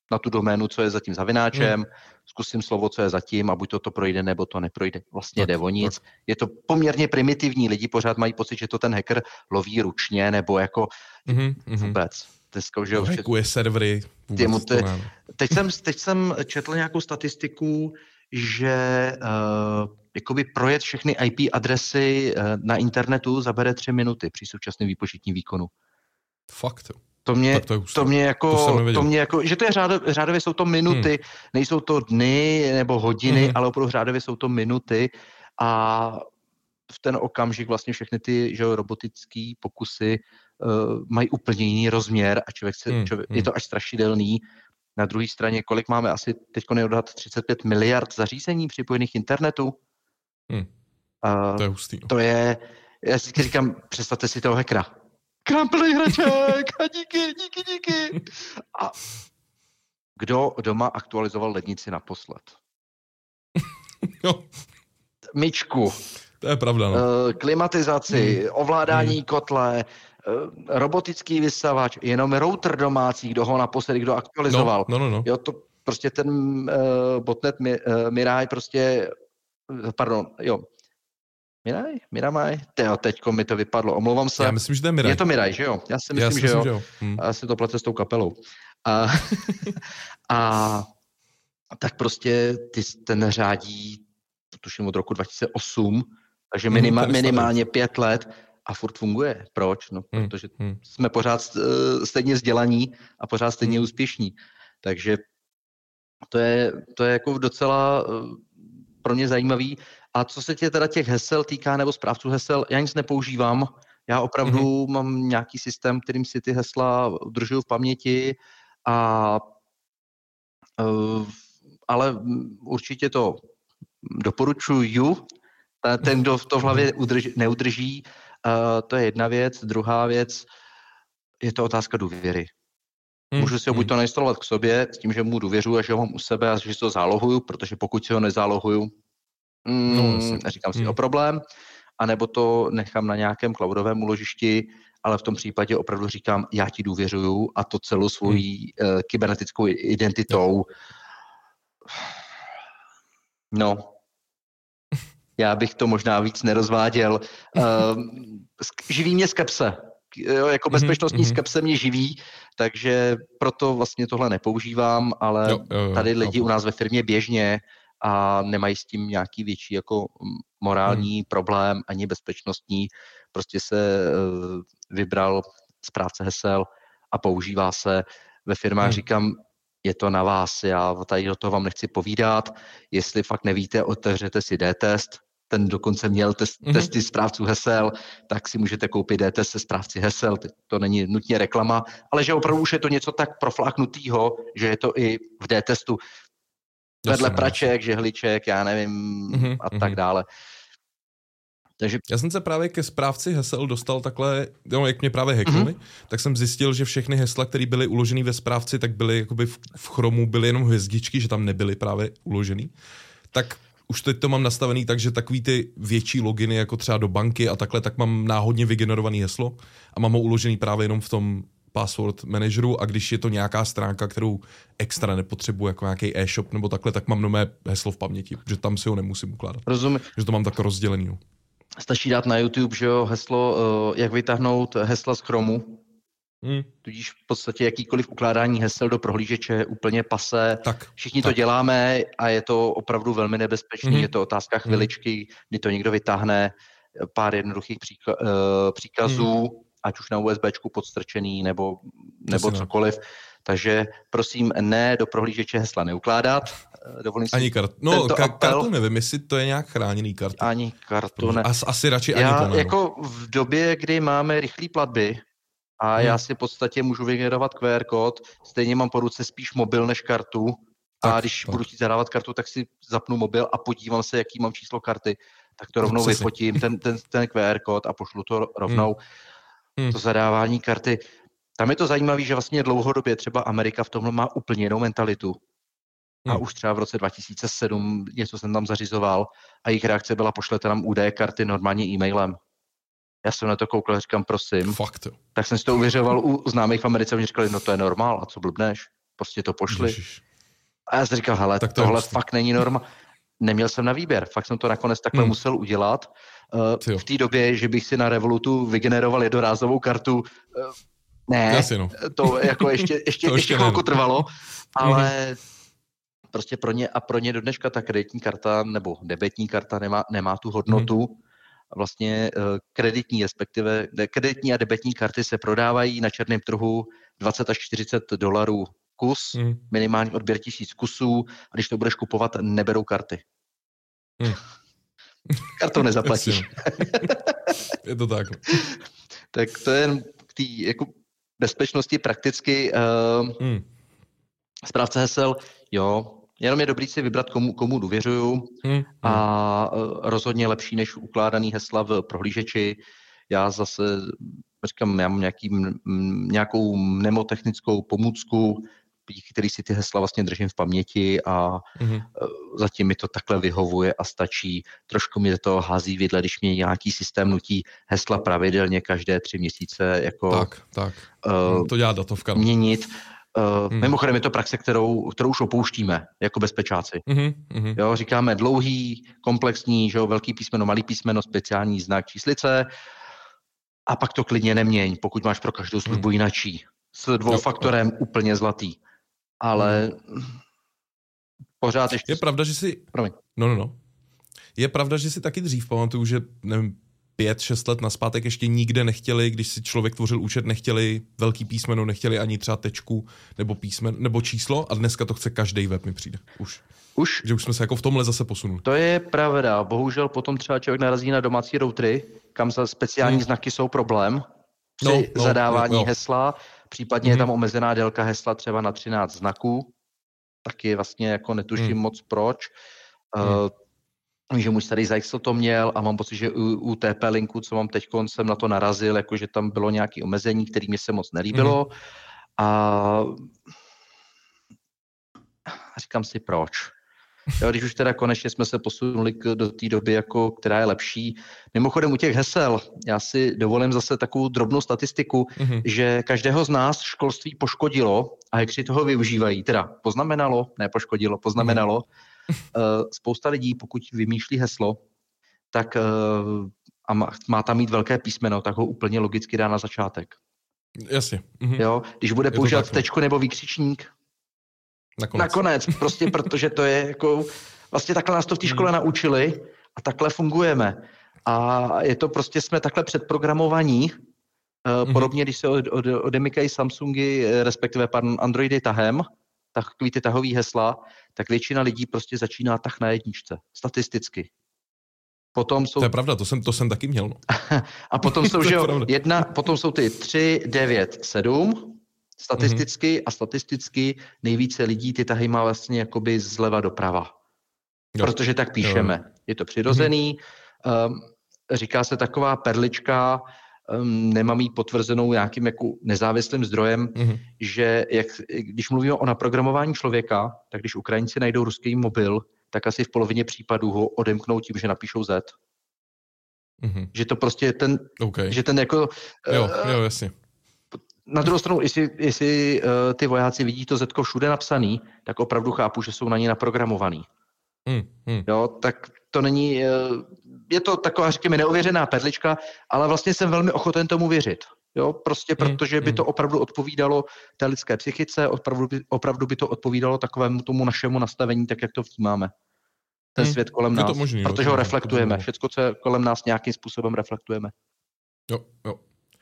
na tu doménu, co je za tím zavináčem, hmm. zkusím slovo, co je zatím a buď to, to projde, nebo to neprojde. Vlastně tak, jde o nic. Tak. Je to poměrně primitivní. Lidi pořád mají pocit, že to ten hacker loví ručně, nebo jako mm-hmm. vůbec. Dneska, že hackuje servery. Vůbec te, teď, jsem, teď jsem četl nějakou statistiku, že uh, jakoby projet všechny í pé adresy uh, na internetu zabere tři minuty při současném výpočetním výkonu. Fakt. To mě, to, to mě jako, to, to mě jako, že to je řádově, řádově jsou to minuty, hmm. nejsou to dny nebo hodiny, hmm. ale opravdu řádově jsou to minuty a v ten okamžik vlastně všechny ty že, robotický pokusy uh, mají úplně jiný rozměr a člověk se, hmm. člověk, je to až strašidelný. Na druhé straně, kolik máme asi teď neodhad třicet pět miliard zařízení připojených internetu? Hmm. Uh, to je hustý. To je, já si říkám, představte si toho hackera. Krampelý hraček a díky, díky, díky. A kdo doma aktualizoval lednici naposled? No. Myčku. To je pravda, no. Klimatizaci, hmm. ovládání hmm. kotle, robotický vysavač, jenom router domácí, kdo ho naposledy, kdo aktualizoval. No, no, no, no. Jo, to prostě ten uh, botnet mi, uh, Mirai prostě, pardon, jo, Mirai? Miramaj? Tejo, teďko mi to vypadlo, omlouvám se. Já myslím, že to je Mirai. Je to Mirai, že jo? Já si myslím, Já že, myslím jo. že jo. Hmm. A si to plete s tou kapelou. A, a tak prostě ty, ten řádí, tuším od roku dva tisíce osm, takže minima, hmm, minimálně pět let a furt funguje. Proč? No, hmm. protože hmm. jsme pořád uh, stejně vzdělaní a pořád stejně hmm. úspěšní. Takže to je, to je jako docela uh, pro mě zajímavý. A co se tě teda těch hesel týká, nebo správců hesel, já nic nepoužívám. Já opravdu mm-hmm. mám nějaký systém, kterým si ty hesla udržuju v paměti, a, uh, ale určitě to doporučuju. Ten, kdo to v hlavě udrž, neudrží, uh, to je jedna věc. Druhá věc, je to otázka důvěry. Mm-hmm. Můžu si ho buď to nainstalovat k sobě, s tím, že mu důvěřuji a že ho mám u sebe a že si to zálohuju, protože pokud si ho nezálohuju, Mm, no, říkám si hmm. o problém, anebo to nechám na nějakém cloudovém úložišti, ale v tom případě opravdu říkám, já ti důvěřuju a to celou svojí hmm. uh, kybernetickou identitou. No, já bych to možná víc nerozváděl. Uh, živí mě skepse. Jo, jako bezpečnostní mm-hmm. skepse mě živí, takže proto vlastně tohle nepoužívám, ale jo, jo, jo, tady lidi jo. u nás ve firmě běžně a nemají s tím nějaký větší jako morální hmm. problém, ani bezpečnostní. Prostě se uh, vybral správce hesel a používá se. Ve firmách hmm. říkám, je to na vás, já tady do toho vám nechci povídat. Jestli fakt nevíte, otevřete si D-test, ten dokonce měl test, hmm. testy správců hesel, tak si můžete koupit D-test se správci hesel. To není nutně reklama, ale že opravdu už je to něco tak profláknutýho, že je to i v D-testu. Vedle praček, žehliček, já nevím, mm-hmm, a tak dále. Takže... Já jsem se právě ke správci hesel dostal takhle, no, jak mě právě hacknuli, mm-hmm. tak jsem zjistil, že všechny hesla, které byly uložené ve správci, tak byly jakoby v, v Chromu, byly jenom hvězdičky, že tam nebyly právě uložený. Tak už teď to mám nastavený tak, že takový ty větší loginy, jako třeba do banky a takhle, tak mám náhodně vygenerovaný heslo a mám ho uložený právě jenom v tom password manageru, a když je to nějaká stránka, kterou extra nepotřebuji, jako nějaký e-shop nebo takhle, tak mám nové heslo v paměti, že tam si ho nemusím ukládat. Rozumím. Že to mám tak rozdělený. No. Stačí dát na YouTube, že jo, heslo, uh, jak vytáhnout hesla z Chromu. Hmm. Tudíž v podstatě jakýkoliv ukládání hesel do prohlížeče je úplně pasé. Tak, Všichni tak. to děláme a je to opravdu velmi nebezpečné. Hmm. Je to otázka chviličky, hmm. kdy to někdo vytáhne, pár jednoduchých příka- uh, příkazů, hmm. ať už na USBčku podstrčený nebo, nebo cokoliv. Takže prosím, ne do prohlížeče hesla neukládat. Dovolím si ani kartu. No, ka- kartu nevím, jestli to je nějak chráněný kartu. Ani kartu ne. As, asi radši já, ani to ne. Jako v době, kdy máme rychlé platby a hmm. já si v podstatě můžu vygenerovat Q R kód, stejně mám po ruce spíš mobil než kartu. Tak, a když tak. budu chtít zadávat kartu, tak si zapnu mobil a podívám se, jaký mám číslo karty. Tak to rovnou vyfotím, ten, ten, ten Q R kód, a pošlu to rovnou. Hmm. To zadávání karty. Tam je to zajímavé, že vlastně dlouhodobě třeba Amerika v tomhle má úplně jinou mentalitu. A hmm. už třeba v roce dva tisíce sedm něco jsem tam zařizoval a jejich reakce byla, pošlete nám údaje karty normálně e-mailem. Já jsem na to koukal a říkám, prosím. Fakt. Tak jsem si to uvěřoval u známých v Americe, oni říkali, no to je normál, a co blbneš? prostě to pošli. Ježiš. A já jsem říkal, hele, tak to tohle fakt není norma. Neměl jsem na výběr, fakt jsem to nakonec takhle hmm. musel udělat. Uh, v té době, že bych si na Revolutu vygeneroval jednorázovou kartu, uh, ne, Jasně, no. to jako ještě, ještě, to ještě chvilku trvalo, ale prostě pro ně a pro ně do dneška ta kreditní karta nebo debetní karta nemá, nemá tu hodnotu. Hmm. Vlastně uh, kreditní, respektive kreditní a debetní karty se prodávají na černém trhu dvacet až čtyřicet dolarů kus, hmm. minimální odběr tisíc kusů a když to budeš kupovat, neberou karty. Hmm. Kartou nezaplatíš. Je to tak. Tak to je k té jako bezpečnosti prakticky. Uh, hmm. Správce hesel, jo, jenom je dobrý si vybrat, komu, komu důvěřuju hmm. a uh, rozhodně lepší než ukládaný hesla v prohlížeči. Já zase říkám, já mám nějaký, m, nějakou mnemotechnickou pomůcku, díky který si ty hesla vlastně držím v paměti a mm-hmm. zatím mi to takhle vyhovuje a stačí. Trošku mi do toho hází vidle, když mě nějaký systém nutí hesla pravidelně každé tři měsíce jako tak, tak. Uh, to dělá datovka. Měnit. Uh, mm. Mimochodem je to praxe, kterou, kterou už opouštíme jako bezpečáci. Mm-hmm. Jo, říkáme dlouhý, komplexní, že jo, velký písmeno, malý písmeno, speciální znak, číslice a pak to klidně neměň, pokud máš pro každou službu mm. jinačí. S dvoufaktorem no. úplně zlatý. Ale pořád ještě... Je pravda, že si... Promiň. No, no, no. Je pravda, že si taky dřív pamatuju, že nevím, pět, šest let nazpátek ještě nikde nechtěli, když si člověk tvořil účet, nechtěli velký písmeno, nechtěli ani třeba tečku nebo písmen, nebo číslo a dneska to chce každý web mi přijde. Už. Už? Že už jsme se jako v tomhle zase posunuli. To je pravda. Bohužel potom třeba člověk narazí na domácí routery, kam za speciální hmm. znaky jsou problém. Při no, no, zadávání no, no. hesla, případně mm-hmm. je tam omezená délka hesla třeba na třináct znaků, taky vlastně jako netuším mm. moc proč. Mm. Uh, že můj starý Zajxel to měl a mám pocit, že u, u T P linku, co mám teď, jsem na to narazil, jakože tam bylo nějaké omezení, které mi se moc nelíbilo. Mm. A říkám si proč. Jo, když už teda konečně jsme se posunuli k, do té doby, jako, která je lepší. Mimochodem u těch hesel, já si dovolím zase takovou drobnou statistiku, mm-hmm. že každého z nás školství poškodilo a hackři toho využívají. Teda poznamenalo, ne poškodilo, poznamenalo. Mm-hmm. Uh, spousta lidí, pokud vymýšlí heslo, tak uh, a má, má tam mít velké písmeno, tak ho úplně logicky dá na začátek. Jasně. Mm-hmm. Jo, když bude používat tečku nebo výkřičník, Nakonec. Nakonec, prostě protože to je jako, vlastně takhle nás to v té škole hmm. naučili a takhle fungujeme. A je to prostě, jsme takhle předprogramovaní, hmm. podobně, když se od, od, odemykají Samsungy, respektive pardon, Androidy tahem, takový ty tahový hesla, tak většina lidí prostě začíná tah na jedničce, statisticky. Potom jsou... To je pravda, to jsem, to jsem taky měl. No. A potom jsou, že jo, jedna, potom jsou ty tři, devět, sedm, statisticky mm-hmm. a statisticky nejvíce lidí ty tahy má vlastně jakoby zleva doprava. Jo. Protože tak píšeme. Jo. Je to přirozený. Mm-hmm. Um, říká se taková perlička, um, nemám jí potvrzenou nějakým jako nezávislým zdrojem, mm-hmm. že jak, když mluvíme o naprogramování člověka, tak když Ukrajinci najdou ruský mobil, tak asi v polovině případů ho odemknou tím, že napíšou Z. Mm-hmm. Že to prostě ten, okay. že ten jako... Jo, jo, jasně. Na druhou stranu, jestli, jestli uh, ty vojáci vidí to zetko všude napsaný, tak opravdu chápu, že jsou na ně naprogramovaný. Hmm, hmm. Jo, tak to není, uh, je to taková, řekněme, neověřená perlička, ale vlastně jsem velmi ochoten tomu věřit. Jo, prostě hmm, protože by hmm. to opravdu odpovídalo té lidské psychice, opravdu by, opravdu by to odpovídalo takovému tomu našemu nastavení, tak jak to vnímáme. Ten hmm. svět kolem nás, možný, protože jo, ho reflektujeme. Všecko, co je kolem nás, nějakým způsobem reflektujeme. Jo, jo.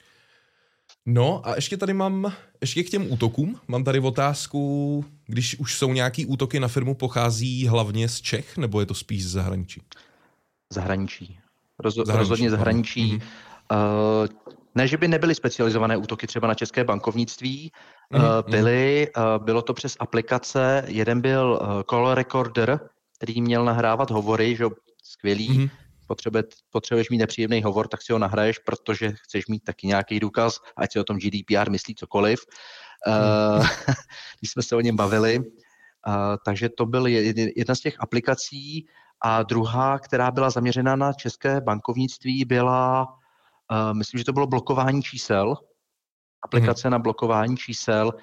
No a ještě tady mám, ještě k těm útokům, mám tady otázku, když už jsou nějaký útoky na firmu, pochází hlavně z Čech, nebo je to spíš z zahraničí? Zahraničí. Roz, zahraničí rozhodně zahraničí. Mm-hmm. Uh, ne, že by nebyly specializované útoky třeba na české bankovnictví, mm-hmm. uh, byly, uh, bylo to přes aplikace, jeden byl uh, call recorder, který měl nahrávat hovory, že skvělý, mm-hmm. Potřebuje, potřebuješ mít nepříjemný hovor, tak si ho nahraješ, protože chceš mít taky nějaký důkaz, ať si o tom G D P R myslí cokoliv. Hmm. Uh, když jsme se o něm bavili. Uh, takže to byl jedna z těch aplikací a druhá, která byla zaměřena na české bankovnictví, byla, uh, myslím, že to bylo blokování čísel. Aplikace hmm. na blokování čísel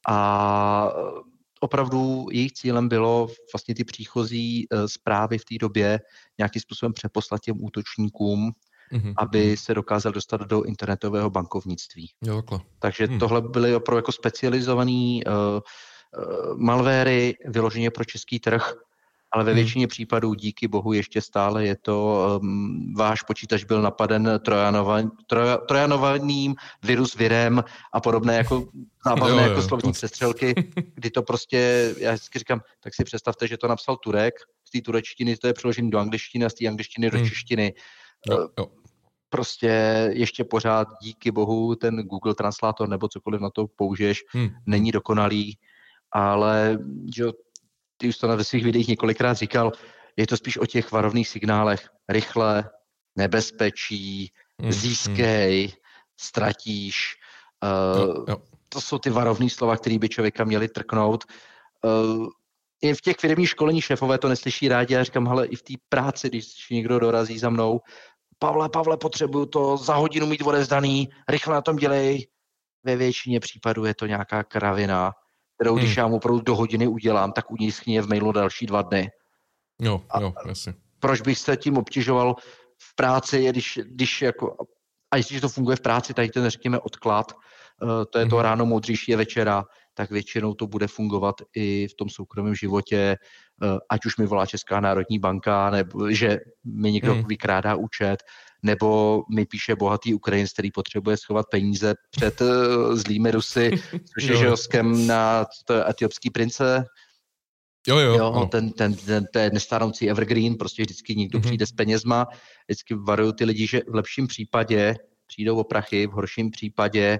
A opravdu jejich cílem bylo vlastně ty příchozí zprávy v té době nějakým způsobem přeposlat těm útočníkům, mm-hmm. aby se dokázal dostat do internetového bankovnictví. Jo, Takže hmm. tohle byly opravdu jako specializovaný uh, uh, malvéry vyloženě pro český trh, ale ve většině hmm. případů díky bohu ještě stále je to, um, váš počítač byl napaden trojanova, troja, trojanovaným virus virem a podobné jako zábavné jo, jo, jako slovní přestřelky, kdy to prostě, já vždycky říkám, tak si představte, že to napsal Turek, z té turečtiny to je přeložené do angličtiny a z té angličtiny do hmm. češtiny. Jo, jo. Prostě ještě pořád díky bohu ten Google Translator nebo cokoliv na to použiješ, hmm. není dokonalý, ale že ty už to ve svých videích několikrát říkal, je to spíš o těch varovných signálech. Rychle, nebezpečí, hmm. získej, hmm. ztratíš. Uh, jo, jo. To jsou ty varovné slova, které by člověka měly trknout. Uh, I v těch firemních školení šéfové to neslyší rádi. Já říkám, hele, i v té práci, když někdo dorazí za mnou, Pavle, Pavle, potřebuju to za hodinu mít odevzdaný, rychle na tom dělej. Ve většině případů je to nějaká kravina, kterou hmm. když já mu opravdu do hodiny udělám, tak u ní schně v mailu další dva dny. Jo, jo, jasně. Proč bych se tím obtěžoval v práci, když, když jako, a jestliže to funguje v práci, tady ten řekněme odklad, to je to hmm. ráno moudřejší je večera, tak většinou to bude fungovat i v tom soukromém životě, ať už mi volá Česká národní banka, nebo že mi někdo hmm. vykrádá účet, nebo mi píše bohatý Ukrajinec, který potřebuje schovat peníze před uh, zlými Rusy, což je želskem na to etiopský prince. Jo, jo. jo ten, ten, ten, ten nestárnoucí evergreen, prostě vždycky někdo mm-hmm. přijde s penězma, vždycky varují ty lidi, že v lepším případě přijdou o prachy, v horším případě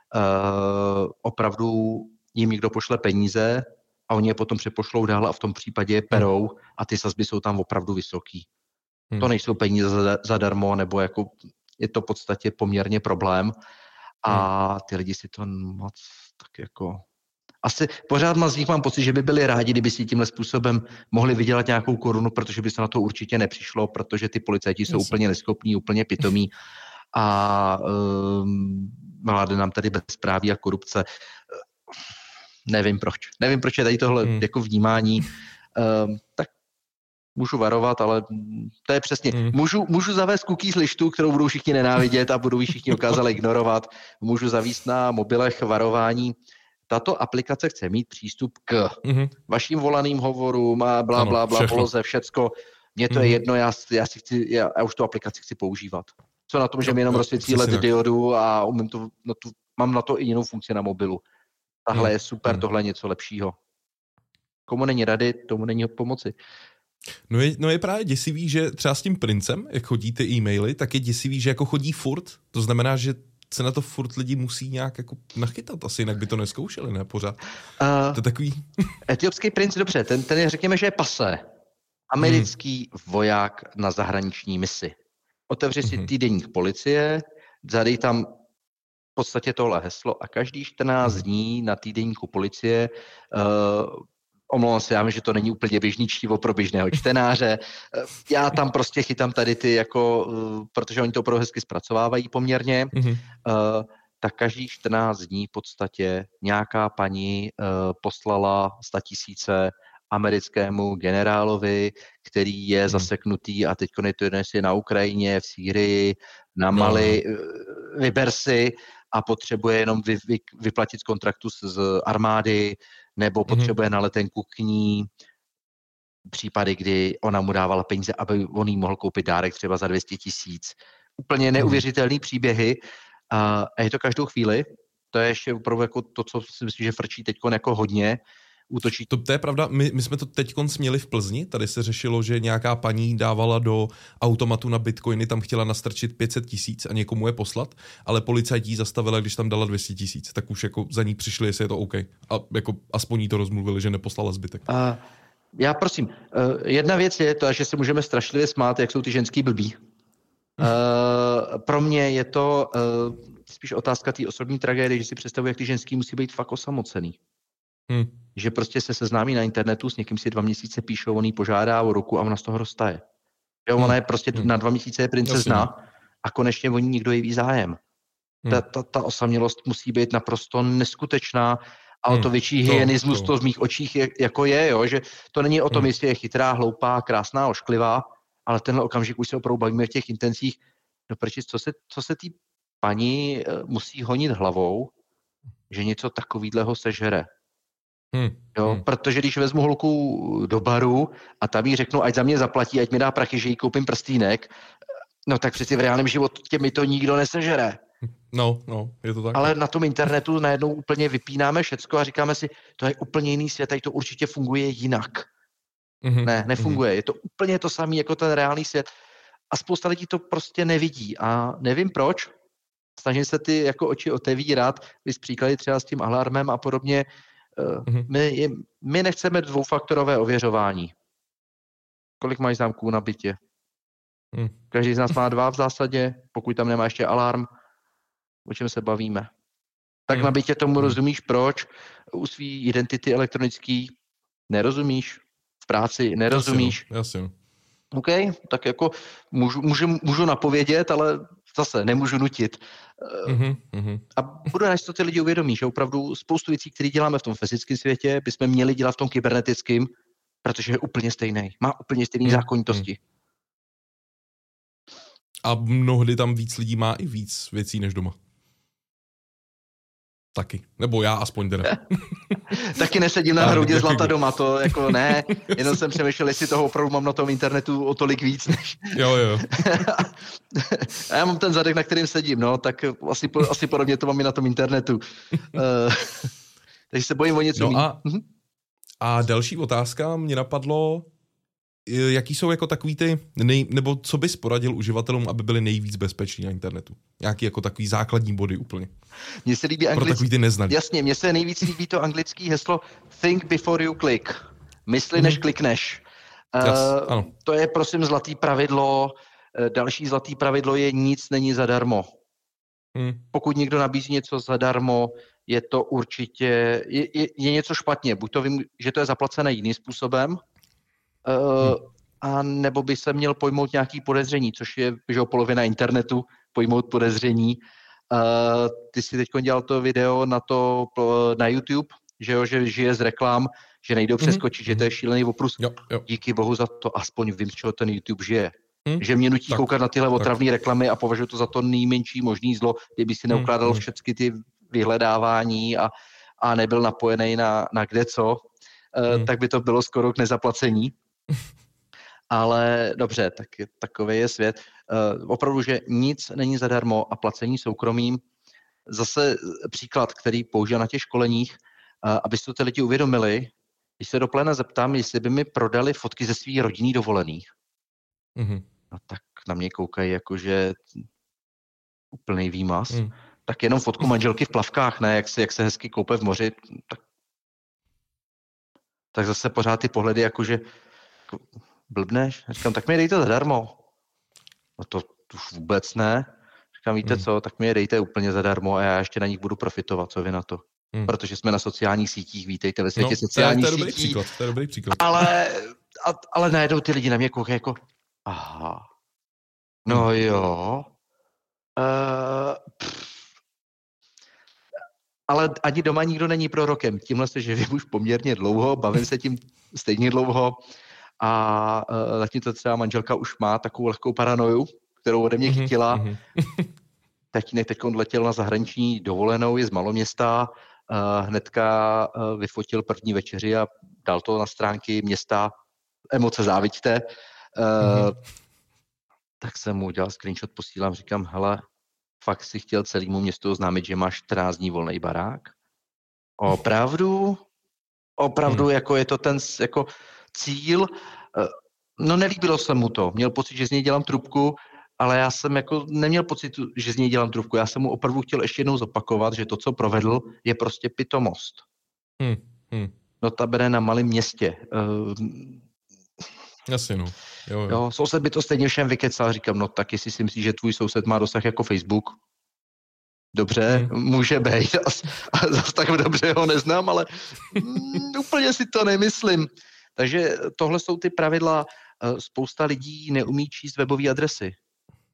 uh, opravdu jim někdo pošle peníze a oni je potom přepošlou dál a v tom případě je perou a ty sazby jsou tam opravdu vysoký. Hmm. To nejsou peníze zadarmo, nebo jako je to v podstatě poměrně problém a ty lidi si to moc tak jako... Asi pořád z nich mám pocit, že by byli rádi, kdyby si tímhle způsobem mohli vydělat nějakou korunu, protože by se na to určitě nepřišlo, protože ty policajti jsou yes. úplně neschopní, úplně pitomí a um, vládne nám tady bezpráví a korupce. Nevím proč. Nevím, proč je tady tohle hmm. jako vnímání. Um, tak můžu varovat, ale to je přesně. Hmm. Můžu, můžu zavést cookies listu, kterou budou všichni nenávidět a budou ji všichni dokázali ignorovat. Můžu zavíst na mobilech varování. Tato aplikace chce mít přístup k hmm. vašim volaným hovorům a blá, blá, blá, poloze, všecko. Mně to hmm. je jedno, já, já, si chci, já, já už tu aplikaci chci používat. Co na tom, že mi jenom rozsvěcí led diodu a umím to, na tu, mám na to i jinou funkci na mobilu. Tahle hmm. je super, hmm. tohle je něco lepšího. Komu není rady, tomu není pomoci. No je, no je právě děsivý, že třeba s tím princem, jak chodí ty e-maily, tak je děsivý, že jako chodí furt. To znamená, že se na to furt lidi musí nějak jako nachytat. Asi jinak by to neskoušeli, ne? Pořád. Uh, to je takový... Etiopský princ, dobře, ten, ten je, řekněme, že je pasé. Americký hmm. voják na zahraniční misi. Otevři si hmm. týdeník policie, zadej tam v podstatě tohle heslo a každý čtrnáct dní na týdeníku policie, uh, omlouvám se, já vím, že to není úplně běžný čtivo pro běžného čtenáře, uh, já tam prostě chytám tady ty jako, uh, protože oni to opravdu hezky zpracovávají poměrně, mm-hmm. uh, tak každý čtrnáct dní v podstatě nějaká paní uh, poslala statisíce americkému generálovi, který je hmm. zaseknutý a teď je to jedno, jestli je na Ukrajině, v Sýrii, na Mali, no. vyber si a potřebuje jenom vy, vy, vyplatit z kontraktu z, z armády nebo potřebuje hmm. na letenku k ní. Případy, kdy ona mu dávala peníze, aby on jí mohl koupit dárek třeba za dvě stě tisíc. Úplně neuvěřitelný hmm. příběhy a, a je to každou chvíli. To je ještě opravdu jako to, co si myslím, že frčí teď jako hodně. Útočí. To, to je pravda, my, my jsme to teďkon směli v Plzni, tady se řešilo, že nějaká paní dávala do automatu na bitcoiny, tam chtěla nastrčit pět set tisíc a někomu je poslat, ale policajti ji zastavila, když tam dala dvě stě tisíc, tak už jako za ní přišli, jestli je to OK. A jako aspoň jí to rozmluvili, že neposlala zbytek. Uh, já prosím, uh, jedna věc je to, že se můžeme strašlivě smát, jak jsou ty ženský blbí. Uh, pro mě je to uh, spíš otázka té osobní tragédie, že si představuji, jak ty ženský musí být fakt osamocený. Hmm. Že prostě se seznámí na internetu, s někým si dva měsíce píšou, on jí požádá o ruku a ona z toho roztaje. Jo, ona je prostě hmm. na dva měsíce je princezna a konečně o ní někdo jeví zájem. Hmm. Ta, ta, ta osamělost musí být naprosto neskutečná A o to větší hmm, hyenismus to, to. to v mých očích je, jako je, jo, že to není o tom, hmm. jestli je chytrá, hloupá, krásná, ošklivá, ale tenhle okamžik už se opravdu bavíme v těch intencích, no proč, co se, co se tý paní musí honit hlavou, že něco takovýhleho sežere. Hmm. Jo, hmm. Protože když vezmu holku do baru a tam jí řeknu, ať za mě zaplatí, ať mi dá prachy, že jí koupím prstýnek, no tak přeci v reálném životě mi to nikdo nesežere. No, no, je to tak. Ale na tom internetu najednou úplně vypínáme všecko a říkáme si, to je úplně jiný svět, tady to určitě funguje jinak. Mm-hmm. Ne, nefunguje. Mm-hmm. Je to úplně to samé jako ten reálný svět. A spousta lidí to prostě nevidí. A nevím proč. Snažím se ty jako oči otevírat, vys příklady třeba s tím alarmem a podobně. Mm-hmm. My, my nechceme dvoufaktorové ověřování. Kolik máš zámků na bytě? Mm. Každý z nás má dva v zásadě, pokud tam nemá ještě alarm. O čem se bavíme. Tak hmm. na bytě tomu hmm. rozumíš, proč? U svý identity elektronický nerozumíš, v práci nerozumíš. Jasně, jasně. OK, tak jako můžu, můžu, můžu napovědět, ale zase nemůžu nutit. Mm-hmm, mm-hmm. A budu rád, že to ty lidi uvědomí, že opravdu spoustu věcí, které děláme v tom fyzickém světě, bychom měli dělat v tom kybernetickém, protože je úplně stejný. Má úplně stejné mm-hmm. zákonitosti. A mnohdy tam víc lidí má i víc věcí než doma. Taky. Nebo já aspoň teda. Taky nesedím na hroudě zlata doma, to jako ne. Jenom jsem přemýšlel, jestli toho opravdu mám na tom internetu o tolik víc než... Jo, jo. A já mám ten zadek, na kterým sedím, no, tak asi, asi podobně to mám i na tom internetu. Uh, takže se bojím o něco no a, a další otázka mě napadlo, jaký jsou jako takový ty, nej, nebo co bys poradil uživatelům, aby byli nejvíc bezpeční na internetu? Nějaký jako takový základní body úplně. Mně se líbí anglický, pro takový ty neznalý. Jasně, mně se nejvíc líbí to anglické heslo think before you click. Mysli, mm-hmm. než klikneš. Yes, uh, ano. To je prosím zlatý pravidlo. Další zlatý pravidlo je nic není zadarmo. Mm. Pokud někdo nabízí něco zadarmo, je to určitě, je, je, je něco špatně. Buď to vím, že to je zaplacené jiným způsobem, Uh, hmm. a nebo by se měl pojmout nějaký podezření, což je že polovina internetu, pojmout podezření. Uh, ty jsi teď dělal to video na to na YouTube, že jo, že žije z reklam, že nejdou přeskočit, mm-hmm. že to je šílený oprus. Jo, jo. Díky bohu za to, aspoň vím, z čeho ten YouTube žije. Hmm. Že mě nutí tak, koukat na tyhle otravné reklamy a považuji to za to nejmenší možný zlo, kdyby si neukládal hmm. všechny ty vyhledávání a, a nebyl napojený na, na kde co, uh, hmm. tak by to bylo skoro k nezaplacení. Ale dobře, tak takový je svět. Uh, opravdu, že nic není zadarmo a placení soukromým. Zase příklad, který používám na těch školeních, uh, aby si to ty lidi uvědomili, když se do pléna zeptám, jestli by mi prodali fotky ze svých rodinných dovolených. Mm-hmm. No tak na mě koukají jakože úplný výmaz. Mm. Tak jenom fotku manželky v plavkách, ne, jak se, jak se hezky koupe v moři. Tak, tak zase pořád ty pohledy jakože blbneš? Říkám, tak mi je dejte zadarmo. No to už vůbec ne. Říkám, víte hmm. co, tak mi je dejte úplně zadarmo a já ještě na nich budu profitovat, co vy na to. Hmm. Protože jsme na sociálních sítích, vítejte ve světě no, sociálních to je, to je sítí. Příklad, to je dobrý příklad. Ale, a, ale najednou ty lidi na mě koukají jako, aha, no hmm. jo. Uh, ale ani doma nikdo není prorokem. Tímhle se živím už poměrně dlouho, bavím se tím stejně dlouho. A uh, zatím to třeba manželka už má takovou lehkou paranoju, kterou ode mě mm-hmm, chytila. Mm-hmm. Tatínek teď letěl na zahraniční dovolenou, je z maloměsta, uh, hnedka uh, vyfotil první večeři a dal to na stránky města. Emoce záviďte. Uh, mm-hmm. Tak jsem mu udělal screenshot, posílám, říkám, hele, fakt si chtěl celému městu oznámit, že máš čtrnáct dní volný barák? Opravdu? Opravdu, mm. jako je to ten, jako cíl, no nelíbilo se mu to, měl pocit, že z něj dělám trubku, ale já jsem jako neměl pocit, že z něj dělám trubku, já jsem mu opravdu chtěl ještě jednou zopakovat, že to, co provedl, je prostě pitomost. Hmm. Hmm. Notabene na malém městě. Jasně, no. Jo, jo. Jo, soused by to stejně všem vykecal, říkám, no tak jestli si myslíš, že tvůj soused má dosah jako Facebook, dobře, hmm. může být, a zase tak dobře ho neznám, ale mm, úplně si to nemyslím. Takže tohle jsou ty pravidla. Spousta lidí neumí číst webové adresy.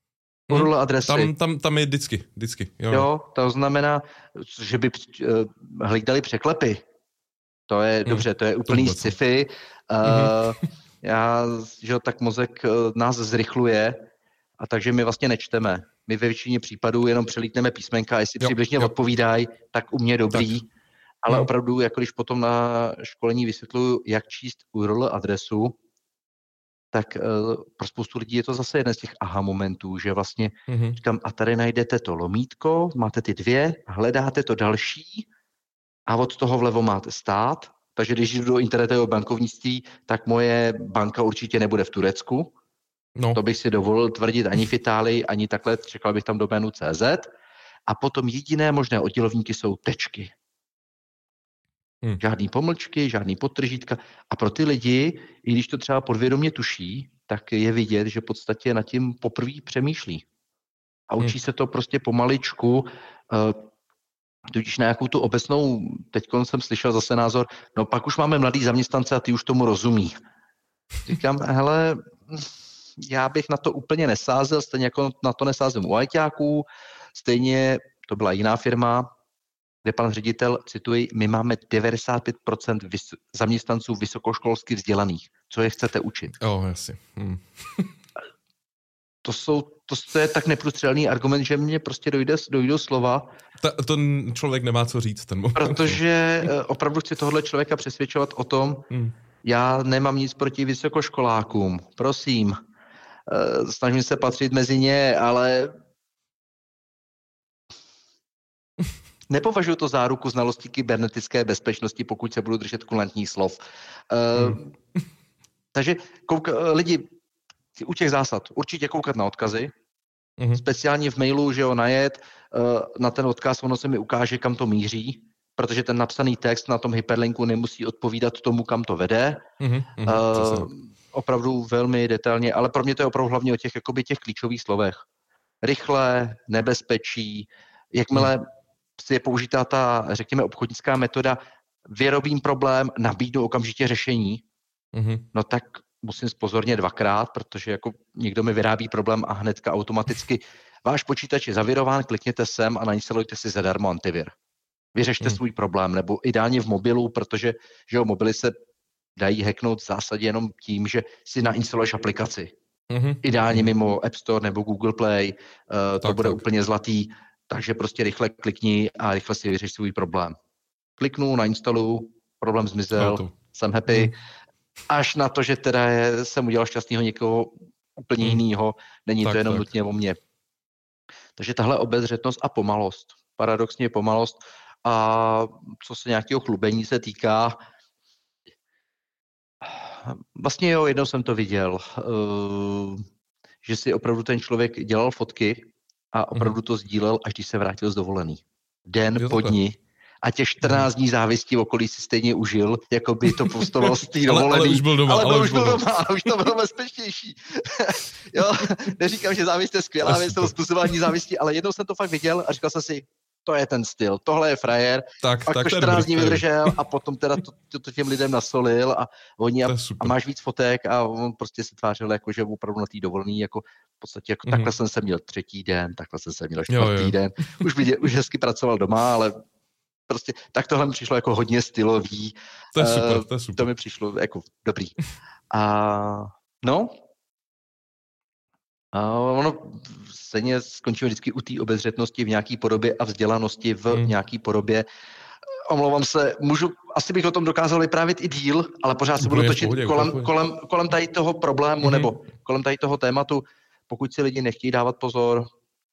U R L adresy. Tam, tam, tam je vždycky, vždycky. Jo. jo, to znamená, že by hlídali překlepy. To je, hmm. dobře, to je úplný to sci-fi. Uh, mm-hmm. Já, že tak mozek nás zrychluje, a takže my vlastně nečteme. My ve většině případů jenom přelítneme písmenka, jestli jo, přibližně jo. odpovídají, tak u mě dobrý. Tak. Ale hmm. opravdu, jako když potom na školení vysvětluju, jak číst U R L adresu, tak uh, pro spoustu lidí je to zase jeden z těch aha momentů, že vlastně hmm. říkám, a tady najdete to lomítko, máte ty dvě, hledáte to další a od toho vlevo máte stát, takže když jdu do internetového bankovnictví, tak moje banka určitě nebude v Turecku. No. To bych si dovolil tvrdit ani v Itálii, ani takhle, čekal bych tam doménu C Z. A potom jediné možné oddělovníky jsou tečky. Hmm. Žádný pomlčky, žádný podtržítka. A pro ty lidi, i když to třeba podvědomě tuší, tak je vidět, že v podstatě nad tím poprvé přemýšlí. A učí hmm. se to prostě pomaličku, tudíž na jakou tu obecnou, teď jsem slyšel zase názor, no pak už máme mladý zaměstnance a ty už tomu rozumí. Říkám, hele, já bych na to úplně nesázel, stejně jako na to nesázím u ajťáků, stejně to byla jiná firma, kde pan ředitel, cituji, my máme devadesát pět procent vys- zaměstnanců vysokoškolsky vzdělaných. Co je chcete učit? Oh, jasně. Hmm. To, jsou, to, to je tak neprůstřelný argument, že mě prostě dojde, dojdou slova. Ta, to člověk nemá co říct. Ten moment. Protože opravdu chci tohle člověka přesvědčovat o tom, hmm. já nemám nic proti vysokoškolákům, prosím. Snažím se patřit mezi ně, ale nepovažuji to záruku znalosti kybernetické bezpečnosti, pokud se budu držet kulantních slov. Hmm. Uh, takže kouka, lidi u těch zásad určitě koukat na odkazy, hmm. speciálně v mailu, že jo, najet, uh, na ten odkaz, ono se mi ukáže, kam to míří, protože ten napsaný text na tom hyperlinku nemusí odpovídat tomu, kam to vede. Hmm. Uh, opravdu velmi detailně, ale pro mě to je opravdu hlavně o těch, jakoby těch klíčových slovech. Rychle, nebezpečí, jakmile hmm. je použitá ta, řekněme, obchodnická metoda, vyrobím problém, nabídnu okamžitě řešení, mm-hmm. no tak musím zpozornit dvakrát, protože jako někdo mi vyrábí problém a hnedka automaticky váš počítač je zavirován, klikněte sem a nainstalujte si zadarmo antivir. Vyřešte mm. svůj problém, nebo ideálně v mobilu, protože že jo, mobily se dají hacknout v zásadě jenom tím, že si nainstaluješ aplikaci. Mm-hmm. Ideálně mimo App Store nebo Google Play, uh, to tak, bude tak. úplně zlatý. Takže prostě rychle klikni a rychle si vyřeš svůj problém. Kliknu, nainstaluju, problém zmizel, no jsem happy. Hmm. Až na to, že teda je, jsem udělal šťastného někoho úplně hmm. jinýho, není tak, to jenom tak. nutně o mně. Takže tahle obezřetnost a pomalost, paradoxně pomalost a co se nějakého chlubení se týká, vlastně jo, jednou jsem to viděl, že si opravdu ten člověk dělal fotky, a opravdu to sdílel, až když se vrátil z dovolený. Den jo, po dni. A těch čtrnáct dní závisti v okolí si stejně užil, jako by to postoval z té dovolený. Ale, ale už byl doma. Ale, ale už byl doma, doma a už to bylo bezpečnější. Jo, neříkám, že závist je skvělá věc, toho způsobování závisti, ale jednou jsem to fakt viděl a říkal jsem si, to je ten styl, tohle je frajer. Tak, pak tak to čtrnáct dní vydržel a potom teda to, to, to těm lidem nasolil a oni a, a máš víc fotek a on prostě se tvářil jako, že opravdu na té dovolený, jako v podstatě jako mm-hmm. takhle jsem se měl třetí den, takhle jsem se měl čtvrtý den. Už, viděl, už hezky pracoval doma, ale prostě tak tohle mi přišlo jako hodně stylový. To je super, to je super. To mi přišlo jako dobrý. A no, a ono stejně skončíme vždycky u té obezřetnosti v nějaké podobě a vzdělanosti v hmm. nějaké podobě. Omlouvám se, můžu, asi bych o tom dokázal vyprávět i díl, ale pořád se budu točit pohodě, kolem, kolem, kolem tady toho problému hmm. nebo kolem tady toho tématu. Pokud si lidi nechtějí dávat pozor,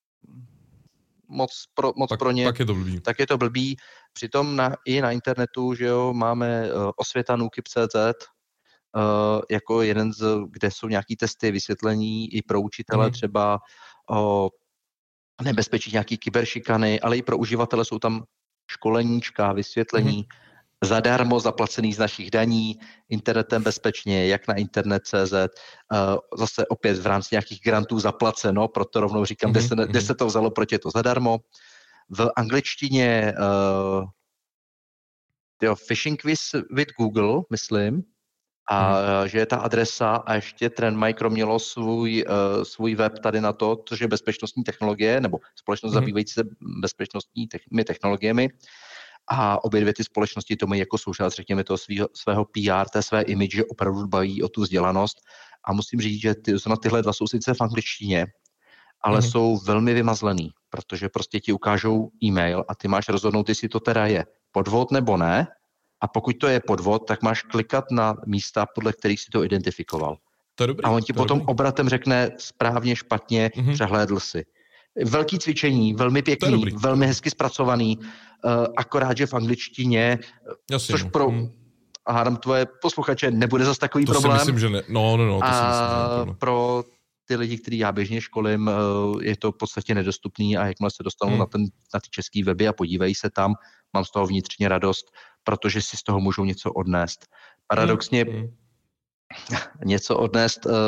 moc pro, moc tak, pro ně, tak je to blbý. Tak je to blbý. Přitom na, i na internetu, že jo, máme uh, osvěta nukib tečka cé zet, Uh, jako jeden z, kde jsou nějaký testy, vysvětlení i pro učitele mm. třeba o nebezpečí nějaký kyberšikany, ale i pro uživatele jsou tam školeníčka, vysvětlení, mm. zadarmo zaplacený z našich daní, internetem bezpečně, jak na internet tečka cé zet, uh, zase opět v rámci nějakých grantů zaplaceno, proto rovnou říkám, mm. kde, se, kde se to vzalo, proč je to zadarmo. V angličtině uh, jo, Phishing Quiz with Google, myslím, a mm. že je ta adresa a ještě Trendmicro mělo svůj, uh, svůj web tady na to, což je bezpečnostní technologie, nebo společnost mm. zabývající se bezpečnostními technologiemi. A obě dvě ty společnosti to mají jako součást, řekněme, toho svýho, svého P R, té své image, že opravdu dbají o tu vzdělanost. A musím říct, že ty, na tyhle dva jsou sice v angličtině, ale mm. jsou velmi vymazlený, protože prostě ti ukážou e-mail a ty máš rozhodnout, jestli to teda je podvod nebo ne. A pokud to je podvod, tak máš klikat na místa, podle kterých si to identifikoval. To je dobrý, a on ti potom dobrý. Obratem řekne správně, špatně, mm-hmm. přehlédl si. Velký cvičení, velmi pěkný, velmi hezky zpracovaný, uh, akorát, že v angličtině, Jasně, což no. pro, mm. a hádám tvoje posluchače, nebude zase takový to problém. To si myslím, že ne. No, no, no, to a si myslím, že ne. Pro ty lidi, který já běžně školím, uh, je to v podstatě nedostupný a jakmile se dostanou mm. na, ten, na ty český weby a podívají se tam, mám z toho vnitřně radost, protože si z toho můžou něco odnést. Paradoxně mm. něco odnést... Uh,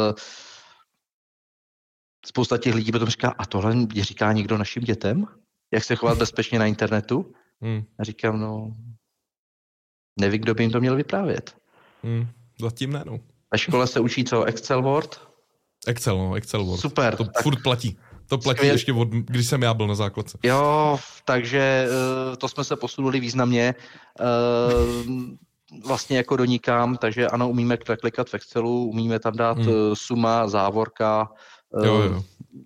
Spousta těch lidí potom říká, a tohle říká někdo našim dětem? Jak se chovat bezpečně na internetu? Hmm. A říkám, no, nevím, kdo by jim to měl vyprávět. Hmm. Zatím ne, no. Ve škole se učí co? Excel Word? Excel, no, Excel Word. Super. To furt platí. To platí skvěl... ještě od, když jsem já byl na základce. Jo, takže to jsme se posunuli významně. Vlastně jako do nikam, takže ano, umíme klikat v Excelu, umíme tam dát hmm. suma, závorka, Jo, jo.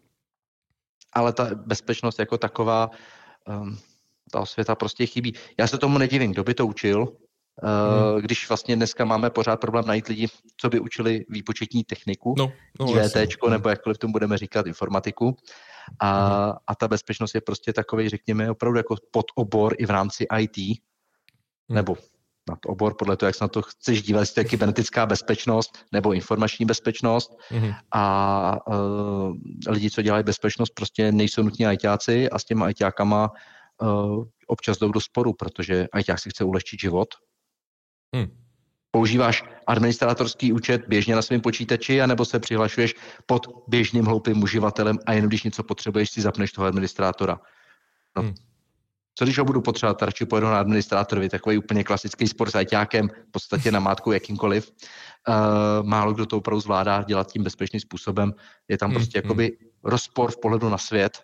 Ale ta bezpečnost jako taková, um, ta osvěta prostě chybí. Já se tomu nedivím, kdo by to učil, uh, hmm. když vlastně dneska máme pořád problém najít lidi, co by učili výpočetní techniku, no, no, I V Téčko, nebo jakkoliv tomu budeme říkat informatiku. A, hmm. a ta bezpečnost je prostě takový, řekněme, opravdu jako podobor i v rámci I T, hmm. nebo nad obor, podle toho, jak se na to chceš dívat, jestli to je kybernetická bezpečnost nebo informační bezpečnost. Mm-hmm. A uh, lidi, co dělají bezpečnost, prostě nejsou nutně ajťáci a s těma ajťákama uh, občas jdou do sporu, protože ajťák si chce ulehčit život. Mm. Používáš administrátorský účet běžně na svém počítači, anebo se přihlašuješ pod běžným hloupým uživatelem a jenom když něco potřebuješ, si zapneš toho administrátora. No. Mm. Co když ho budu potřebovat, radši pojedu na administrátorovi, takový úplně klasický sport s ajťákem, v podstatě na mátku jakýmkoliv. Uh, málo kdo to opravdu zvládá dělat tím bezpečným způsobem. Je tam prostě hmm, jakoby hmm. rozpor v pohledu na svět.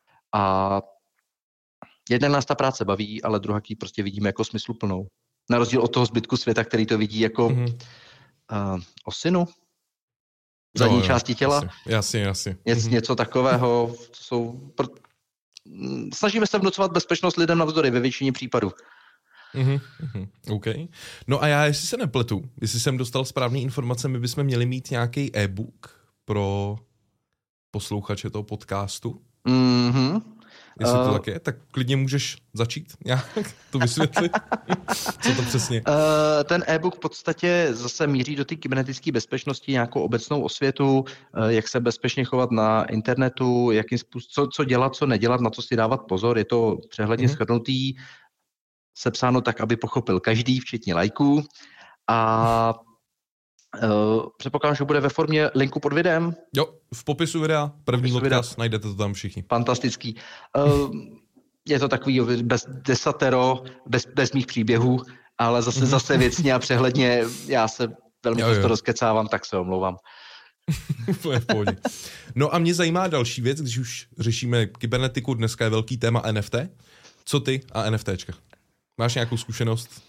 A jednak nás ta práce baví, ale druhá ji prostě vidíme jako smysluplnou. Na rozdíl od toho zbytku světa, který to vidí jako hmm. uh, osinu, zadní no, části těla. Jasně, jasně. Něco, něco takového, co jsou... Snažíme se vnucovat bezpečnost lidem navzdory ve většině případů. Mm-hmm, mm-hmm, OK. No a já, jestli se nepletu, jestli jsem dostal správné informace, my bychom měli mít nějaký e-book pro posluchače toho podcastu. Mm-hmm. Jestli to uh, tak je, tak klidně můžeš začít nějak to vysvětlit. Co to přesně? Uh, ten e-book v podstatě zase míří do té kybernetické bezpečnosti, nějakou obecnou osvětu, uh, jak se bezpečně chovat na internetu, jakým způsob, co, co dělat, co nedělat, na co si dávat pozor. Je to přehledně mm-hmm. shrnutý, sepsáno tak, aby pochopil každý, včetně lajků. A Uh, předpokládám, že bude ve formě linku pod videem. Jo, v popisu videa, první odkaz, najdete to tam všichni. Fantastický. Uh, je to takový bez desatero, bez, bez mých příběhů, ale zase zase věcně a přehledně. Já se velmi často rozkecávám, tak se omlouvám. To je v pohodě. No a mě zajímá další věc, když už řešíme kybernetiku, dneska je velký téma N F T. Co ty a NFTčka? Máš nějakou zkušenost?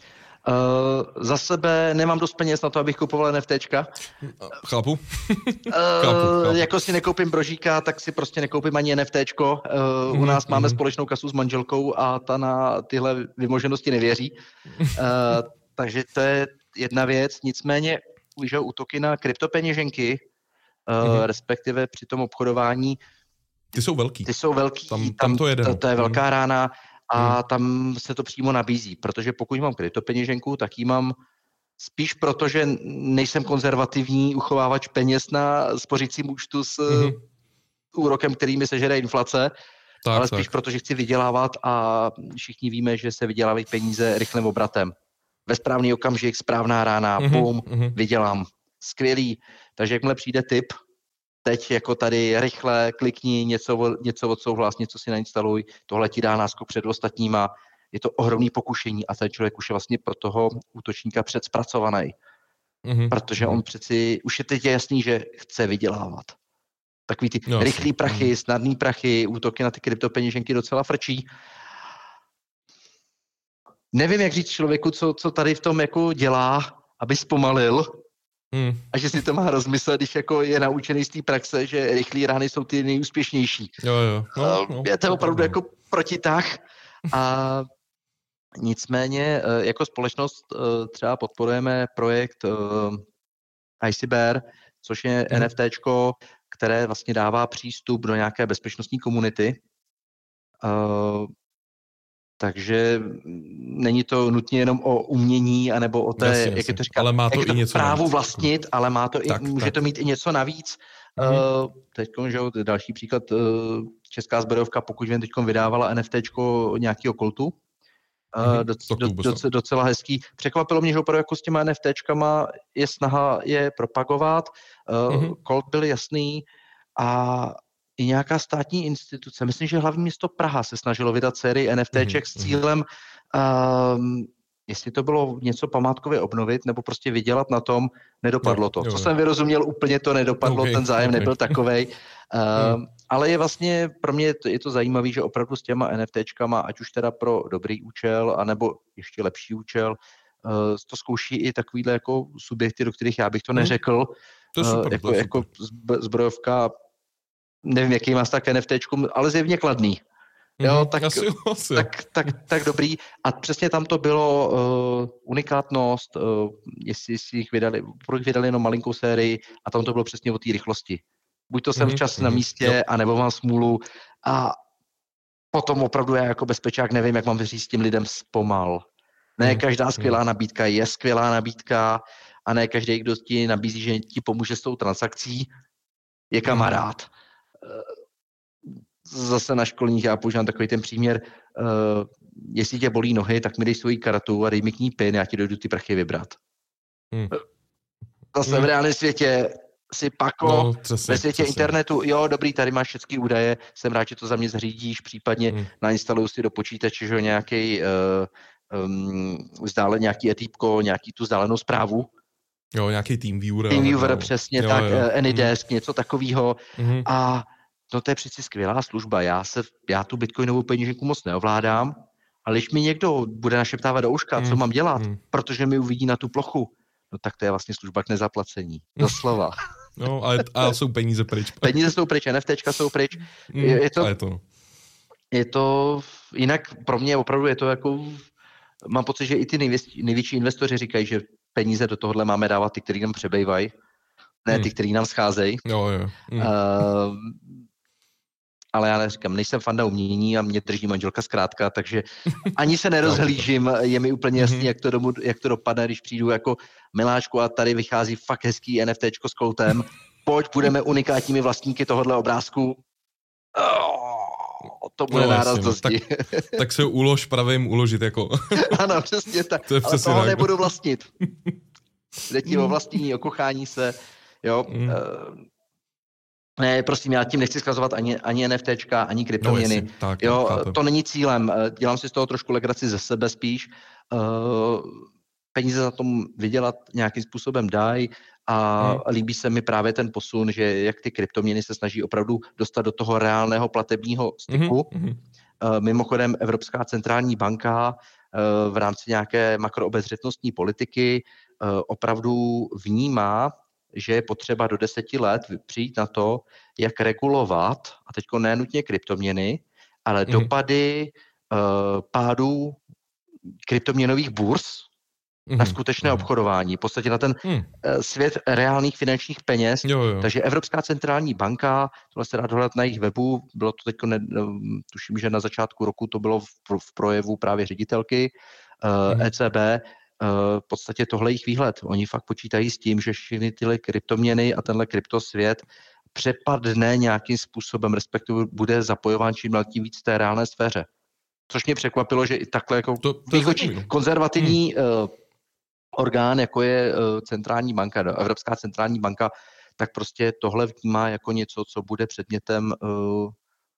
Uh, za sebe nemám dost peněz na to, abych kupoval NFTčka. Chápu. uh, chápu, chápu. Jako si nekoupím brožíka, tak si prostě nekoupím ani NFTčko. Uh, mm-hmm. U nás máme společnou kasu s manželkou a ta na tyhle vymoženosti nevěří. Uh, takže to je jedna věc. Nicméně už útoky na kryptopeněženky, uh, mm-hmm. respektive při tom obchodování. Ty jsou velký. Ty jsou velký. Tam, tam, tam to jede. To, to je velká rána. A hmm. tam se to přímo nabízí, protože pokud mám kryptopeněženku, tak ji mám spíš proto, že nejsem konzervativní uchovávač peněz na spořícím účtu s hmm. úrokem, který mi sežere inflace, tak, ale spíš tak. proto, že chci vydělávat a všichni víme, že se vydělávají peníze rychlým obratem. Ve správný okamžik, správná rána, hmm. bum, hmm. vydělám. Skvělý. Takže jakmile přijde tip, teď jako tady rychle klikni, něco, něco odsouhlas, něco si nainstaluj, tohle ti dá náskok před ostatníma. Je to ohromný pokušení a ten člověk už je vlastně pro toho útočníka předspracovaný. Mm-hmm. Protože on přeci, už je teď jasný, že chce vydělávat. Takový ty no, rychlý prachy, mm. snadný prachy, útoky na ty kryptopeněženky docela frčí. Nevím, jak říct člověku, co, co tady v tom jako dělá, aby zpomalil mm. a že si to má rozmyslet, když jako je naučený z té praxe, že rychlý rány jsou ty nejúspěšnější. Jo, jo. No, no, je to opravdu no. jako protitah. A nicméně jako společnost třeba podporujeme projekt iCyber, což je mm. NFTčko, které vlastně dává přístup do nějaké bezpečnostní komunity. Uh, takže není to nutně jenom o umění, anebo o té, jasně, jak jasně. je to říká, ale má to jak i to něco právu navíc. vlastnit, ale má to tak, i, může tak. to mít i něco navíc. Mm. Uh, teď, že další příklad, uh, Česká zbrojovka, pokud vím, teď vydávala NFTčko nějakého koltu. Uh, doc, do, doc, docela hezký. Překvapilo mě, že opravdu jako s těma NFTčkama je snaha je propagovat. Uh, mm-hmm. Colt byl jasný a i nějaká státní instituce, myslím, že hlavní město Praha se snažilo vydat sérii NFTček mm-hmm. s cílem, um, jestli to bylo něco památkově obnovit, nebo prostě vydělat na tom, nedopadlo to. Jo, jo, Co jsem vyrozuměl, úplně to nedopadlo, okay, ten zájem okay. nebyl takovej. Um, mm. Ale je vlastně, pro mě je to, je to zajímavé, že opravdu s těma NFTčkama, ať už teda pro dobrý účel, anebo ještě lepší účel, uh, to zkouší i takovýhle jako subjekty, do kterých já bych to neřekl. To je super, uh, jako, to je jako zbrojovka, nevím, jaký má tak NFTčku, ale zjevně kladný. Jo, mm, tak, asi, asi. Tak, tak, tak dobrý. A přesně tam to bylo uh, unikátnost, uh, jestli si jich vydali, vydali jenom malinkou sérii a tam to bylo přesně o té rychlosti. Buď to jsem mm, včas mm, na místě, jo. anebo mám smůlu a potom opravdu já jako bezpečák nevím, jak mám vyříct s tím lidem zpomal. Ne každá skvělá nabídka je skvělá nabídka a ne každý, kdo ti nabízí, že ti pomůže s tou transakcí, je kamarád. Zase na školních já používám takový ten příměr, uh, jestli tě bolí nohy, tak mi dej svoji kartu a dej mi k ní pin, já ti dojdu ty prachy vybrat. Hmm. Zase hmm. v reálném světě si pako, no, přesně, ve světě přesně. internetu, jo, dobrý, tady máš všechny údaje, jsem rád, že to za mě zřídíš, případně hmm. nainstaluju si do počítače, že nějaký uh, um, vzdálen, nějaký etýpko, nějaký tu vzdálenou zprávu. Jo, nějaký TeamViewer. TeamViewer, no. přesně jo, tak, jo. AnyDesk, hmm. něco takového. Hmm. A no to je přeci skvělá služba. Já, se, já tu bitcoinovou peněženku moc neovládám, ale když mi někdo bude našeptávat do uška, mm. co mám dělat, mm. protože mi uvidí na tu plochu, no tak to je vlastně služba k nezaplacení. Doslova. No a, a jsou peníze pryč. Peníze jsou pryč, NFTčka jsou pryč. Mm, je, je, to, je to. Je to, jinak pro mě opravdu je to jako, mám pocit, že i ty největší, největší investoři říkají, že peníze do tohohle máme dávat ty, který nám přebejvají, ne mm. ty, který nám scházejí. Jo, jo. Mm. Uh, ale já neříkám, nejsem fanda umění a mě drží manželka zkrátka, takže ani se nerozhlížím, je mi úplně jasný, jak to, domů, jak to dopadne, když přijdu jako miláčku a tady vychází fakt hezký NFTčko s Coltem, pojď, budeme unikátními vlastníky tohohle obrázku. Oh, to bude no, náraz do zdi. Tak, tak se ulož pravým uložit jako. Ano, přesně tak, to je ale toho tak. nebudu vlastnit. Jde ti o vlastnění, o kochání se, jo. Mm. Uh, Ne, prosím, já tím nechci zkazovat ani, ani NFTčka, ani kryptoměny. No, tak, jo, chápem. To není cílem. Dělám si z toho trošku legraci ze sebe spíš. Uh, peníze za tom vydělat nějakým způsobem dají a hmm. líbí se mi právě ten posun, že jak ty kryptoměny se snaží opravdu dostat do toho reálného platebního styku. Hmm. Uh, mimochodem Evropská centrální banka uh, v rámci nějaké makroobezřetnostní politiky uh, opravdu vnímá, že je potřeba do deseti let přijít na to, jak regulovat, a teďko nenutně kryptoměny, ale mm. dopady uh, pádů kryptoměnových burz mm. na skutečné mm. obchodování, v podstatě na ten mm. uh, svět reálných finančních peněz. Jo, jo. Takže Evropská centrální banka, tohle se dá dohledat na jejich webu, bylo to teďko, ne, tuším, že na začátku roku to bylo v, v projevu právě ředitelky uh, mm. E C B, v podstatě tohle jejich výhled. Oni fakt počítají s tím, že všechny tyhle kryptoměny a tenhle kryptosvět přepadne nějakým způsobem, respektive bude zapojován čím dál tím víc v té reálné sféře. Což mě překvapilo, že i takhle jako to, to konzervativní hmm. uh, orgán, jako je uh, centrální banka, no, Evropská centrální banka, tak prostě tohle vnímá jako něco, co bude předmětem uh,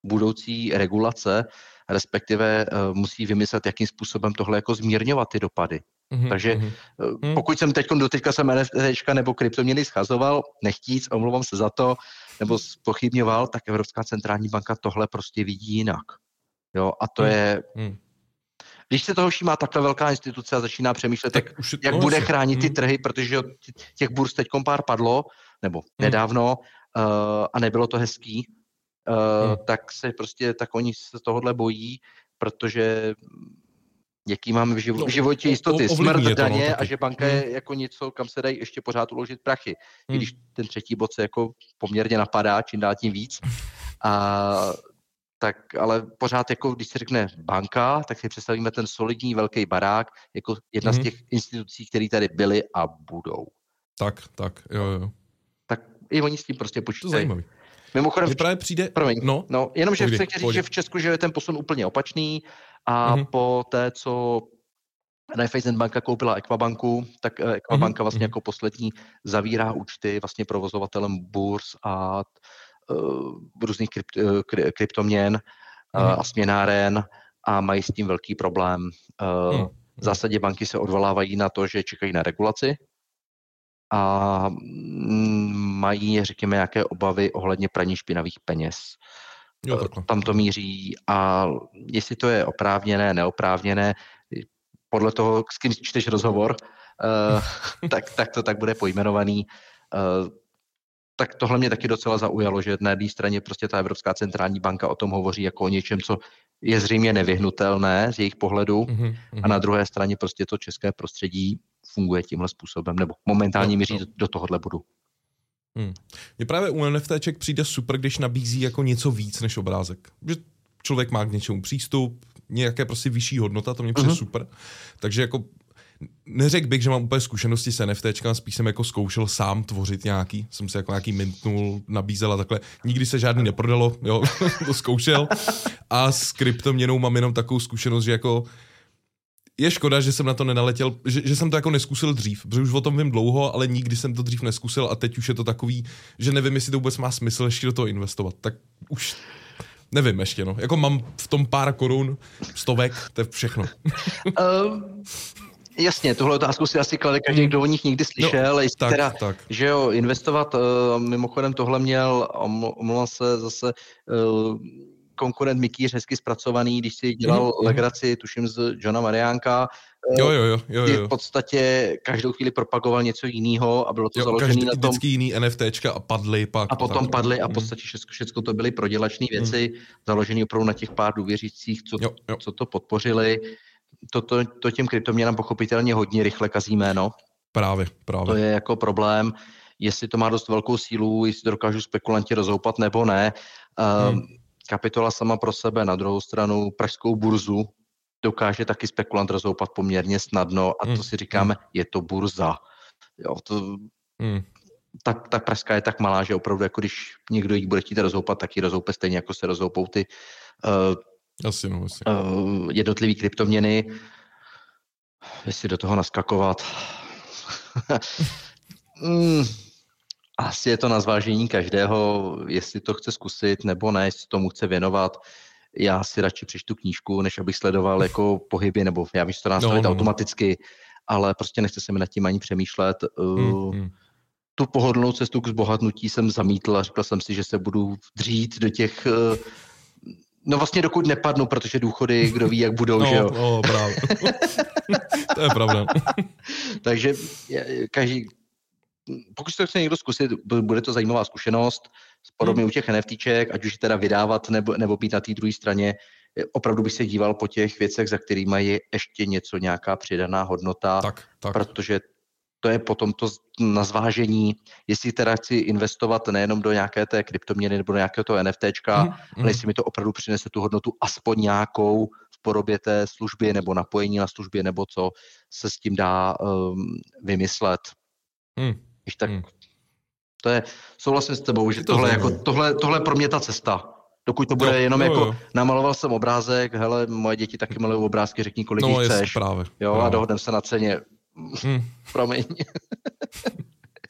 budoucí regulace, respektive uh, musí vymyslet, jakým způsobem tohle jako zmírňovat ty dopady. Mm-hmm. Takže mm-hmm. pokud jsem teď doteďka jsem NFTčka nebo kryptoměny schazoval, nechtíc, omlouvám se za to, nebo pochybňoval, tak Evropská centrální banka tohle prostě vidí jinak. Jo, a to mm. je... Mm. Když se toho všímá takhle velká instituce a začíná přemýšlet, tak, tak už, jak no, bude chránit mm. ty trhy, protože těch burz teďkom pár padlo, nebo mm. nedávno, uh, a nebylo to hezký, uh, mm. tak se prostě, tak oni se tohohle bojí, protože jaký máme v, živo, no, v životě jistoty, smrt, daně no, a že banka hmm. je jako něco, kam se dají ještě pořád uložit prachy. Hmm. I když ten třetí bod se jako poměrně napadá, čím dál tím víc. A, tak ale pořád jako, když se řekne banka, tak si představíme ten solidní velký barák jako jedna hmm. z těch institucí, které tady byly a budou. Tak, tak, jo, jo. Tak i oni s tím prostě počítají. To zajímavý. Mimochodem, v... právě přijde... Promiň, no, no, jenom, že chci říct, že v Česku že je ten posun úplně opačný a mm-hmm. po té, co Raiffeisen banka koupila Equabanku, tak Equabanka mm-hmm. vlastně jako poslední zavírá účty vlastně provozovatelem burz a uh, různých krypt, uh, kry, kryptoměn mm-hmm. uh, a směnáren a mají s tím velký problém. Uh, mm-hmm. V zásadě banky se odvolávají na to, že čekají na regulaci a mají, řekněme, nějaké obavy ohledně praní špinavých peněz. Jo, tam to míří a jestli to je oprávněné, neoprávněné, podle toho, s kým čteš rozhovor, uh, tak, tak to tak bude pojmenovaný. Uh, tak tohle mě taky docela zaujalo, že na jedné straně prostě ta Evropská centrální banka o tom hovoří jako o něčem, co je zřejmě nevyhnutelné z jejich pohledu mm-hmm. a na druhé straně prostě to české prostředí funguje tímhle způsobem, nebo momentálně míří do, do tohohle bodu. Hmm. Mně právě u NFTček přijde super, když nabízí jako něco víc než obrázek. Že člověk má k něčemu přístup, nějaké prostě vyšší hodnota, to mě přijde uh-huh. super. Takže jako neřekl bych, že mám úplně zkušenosti s NFTčkama, spíš jsem jako zkoušel sám tvořit nějaký, jsem se jako nějaký mintnul, nabízel a takhle. Nikdy se žádný neprodalo, jo, to zkoušel. A s kryptoměnou mám jenom takovou zkušenost, že jako je škoda, že jsem na to nenaletěl, že, že jsem to jako neskusil dřív, protože už o tom vím dlouho, ale nikdy jsem to dřív neskusil a teď už je to takový, že nevím, jestli to vůbec má smysl ještě do toho investovat. Tak už nevím ještě, no. Jako mám v tom pár korun, stovek, to je všechno. um, jasně, tuhle otázku si asi klade každý, kdo o nich nikdy slyšel, no, jestli tak, teda, tak. že jo, investovat, uh, mimochodem tohle měl, omlouvám se zase, uh, konkurent Mikýř hezky zpracovaný, když si dělal mm-hmm. legraci, tuším z Johna Mariánka, jo, jo, jo, jo, jo. v podstatě každou chvíli propagoval něco jiného a bylo to jo, založené na tom. Vždycky jiný NFTčka a padly pak. A potom tak. padly a v podstatě všechno, všechno to byly prodělačné věci, mm. založené opravdu na těch pár důvěřících, co, jo, jo. co to podpořili. To, to, to těm kryptoměnám pochopitelně hodně rychle kazí jméno. Právě, právě. To je jako problém, jestli to má dost velkou sílu, jestli to dokážu spekulanti rozhoupat nebo ne. Um, mm. Kapitola sama pro sebe, na druhou stranu pražskou burzu dokáže taky spekulant rozhoupat poměrně snadno a mm. to si říkáme, je to burza. Jo, to, mm. tak, ta pražská je tak malá, že opravdu jako když někdo jí bude chtít rozhoupat, tak ji rozhoupe stejně, jako se rozhoupou ty uh, asi, no, asi. Uh, jednotlivý kryptoměny. Jestli do toho naskakovat. mm. Asi je to na zvážení každého, jestli to chce zkusit nebo ne, jestli tomu chce věnovat. Já si radši přečtu knížku, než abych sledoval jako pohyby, nebo já vím, že to nastavit no, no, automaticky, ale prostě nechce se mi nad tím ani přemýšlet. Mm, mm. Tu pohodlnou cestu k zbohatnutí jsem zamítl a řekl jsem si, že se budu dřít do těch... No vlastně dokud nepadnu, protože důchody, kdo ví, jak budou, no, že jo? No, právě. To je pravda. Takže každý... Pokud si to chce někdo zkusit, bude to zajímavá zkušenost, podobně hmm. u těch NFTček, ať už je teda vydávat nebo, nebo být na té druhé straně, opravdu bych se díval po těch věcech, za kterými mají ještě něco, nějaká přidaná hodnota, tak, tak. protože to je potom to na zvážení, jestli teda chci investovat nejenom do nějaké té kryptoměny nebo do nějakého toho NFTčka, hmm. ale jestli mi to opravdu přinese tu hodnotu aspoň nějakou v podobě té služby nebo napojení na službě, nebo co se s tím dá um, vymyslet. Hmm. Když tak, hmm. to je, souhlasím s tebou, že to tohle, jako, tohle, tohle pro mě ta cesta. Dokud to bude jo, jenom jo, jako, jo. namaloval jsem obrázek, hele, moje děti taky malují obrázky, řekni, kolik no, jich chceš. Právě, jo, právě. A dohodneme se na ceně. Hmm. Promiň.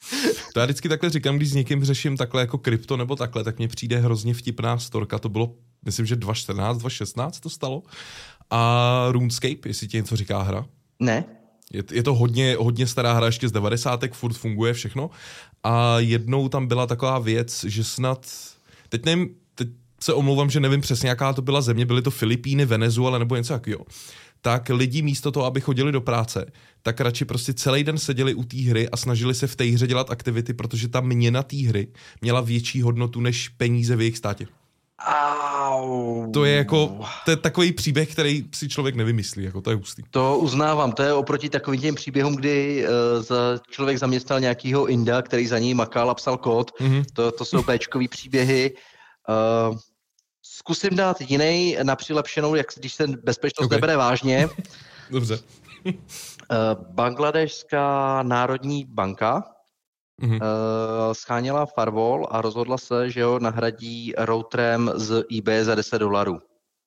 To já vždycky takhle říkám, když s někým řeším takhle jako krypto nebo takhle, tak mně přijde hrozně vtipná storka. To bylo, myslím, že dva tisíce čtrnáct, dva tisíce šestnáct to stalo. A RuneScape, jestli ti něco říká hra? Ne. Je, je to hodně, hodně stará hra, ještě z devadesátek, furt funguje všechno. A jednou tam byla taková věc, že snad, teď nevím, teď se omlouvám, že nevím přesně, jaká to byla země, byly to Filipíny, Venezuela nebo něco takového. Tak lidi místo toho, aby chodili do práce, tak radši prostě celý den seděli u té hry a snažili se v té hře dělat aktivity, protože ta měna té hry měla větší hodnotu než peníze v jejich státě. Au. To je jako, to je takový příběh, který si člověk nevymyslí, jako to je hustý. To uznávám, to je oproti takovým těm příběhům, kdy uh, za člověk zaměstnal nějakýho Inda, který za něj makal a psal kód. Mm-hmm. To, to jsou béčkový příběhy. Uh, zkusím dát jiný na přilepšenou, jak když se bezpečnost okay. nebere vážně. Dobře. uh, Bangladešská národní banka mm-hmm. uh, scháněla firewall a rozhodla se, že ho nahradí routerem z eBay za deset dolarů.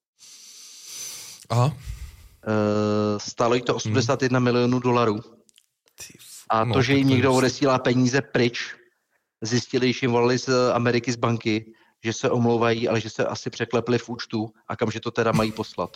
Aha. Uh, stálo jí to osmdesát jedna hmm. milionů dolarů. A to, no, že jim někdo odesílá peníze pryč, zjistili, když jim volali z Ameriky z banky, že se omlouvají, ale že se asi překlepli v účtu a kam, že to teda mají poslat.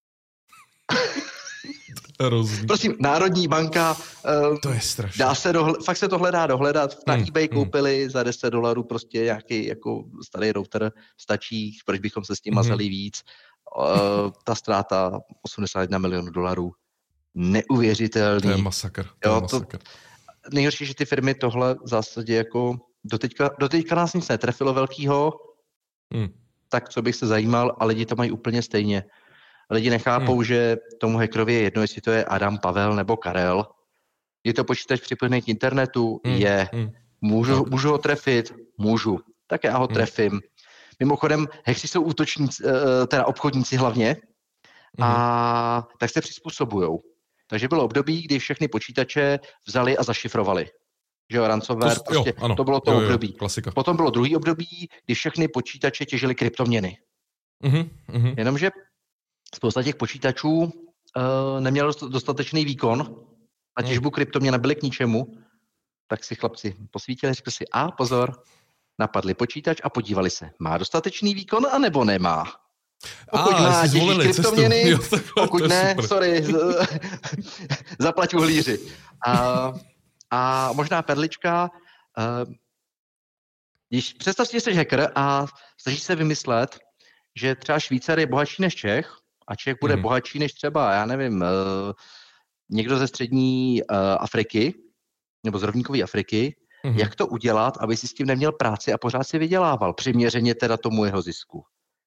Rozumím. Prosím, Národní banka, uh, to je strašné. Dá se dohle, fakt se to hledá dohledat. Na hmm, eBay hmm. koupili za deset dolarů prostě nějaký jako starý router, stačí, proč bychom se s tím hmm. mazali víc. Uh, ta ztráta osmdesát jedna milionů dolarů. Neuvěřitelný. To je masakr. To jo, je masakr. To, nejhorší, že ty firmy tohle v zásadě jako doteďka, doteďka nás nic netrefilo velkýho, hmm. tak co bych se zajímal, a lidi to mají úplně stejně. Lidi nechápou, hmm. že tomu hackerovi je jedno, jestli to je Adam, Pavel nebo Karel. Je to počítač připojený k internetu? Hmm. Je. Hmm. Můžu, můžu ho trefit? Můžu. Tak já ho hmm. trefím. Mimochodem, hackři jsou útočníci, teda obchodníci hlavně, mm. a tak se přizpůsobujou. Takže bylo období, kdy všechny počítače vzali a zašifrovali. Že jo, ransomware, to, prostě, jo, ano, to bylo to jo, období. Jo, klasika. Potom bylo druhý období, kdy všechny počítače těžily kryptoměny. Mm, mm. Jenomže spousta těch počítačů uh, nemělo dostatečný výkon a těžbu mm. kryptoměn nebyly k ničemu, tak si chlapci posvítili, řekli si, a pozor, napadli počítač a podívali se, má dostatečný výkon anebo nemá. Pokud a, má, těžíš kryptoměny, jo, pokud ne, super. Sorry, zaplať uhlíři. A, a možná perlička, uh, když představ si, že jsi hacker a snažíš se vymyslet, že třeba Švýcar je bohatší než Čech a Čech bude hmm. bohatší než třeba, já nevím, uh, někdo ze střední uh, Afriky, nebo z rovníkové Afriky, mm-hmm. jak to udělat, aby si s tím neměl práci a pořád si vydělával, přiměřeně teda tomu jeho zisku.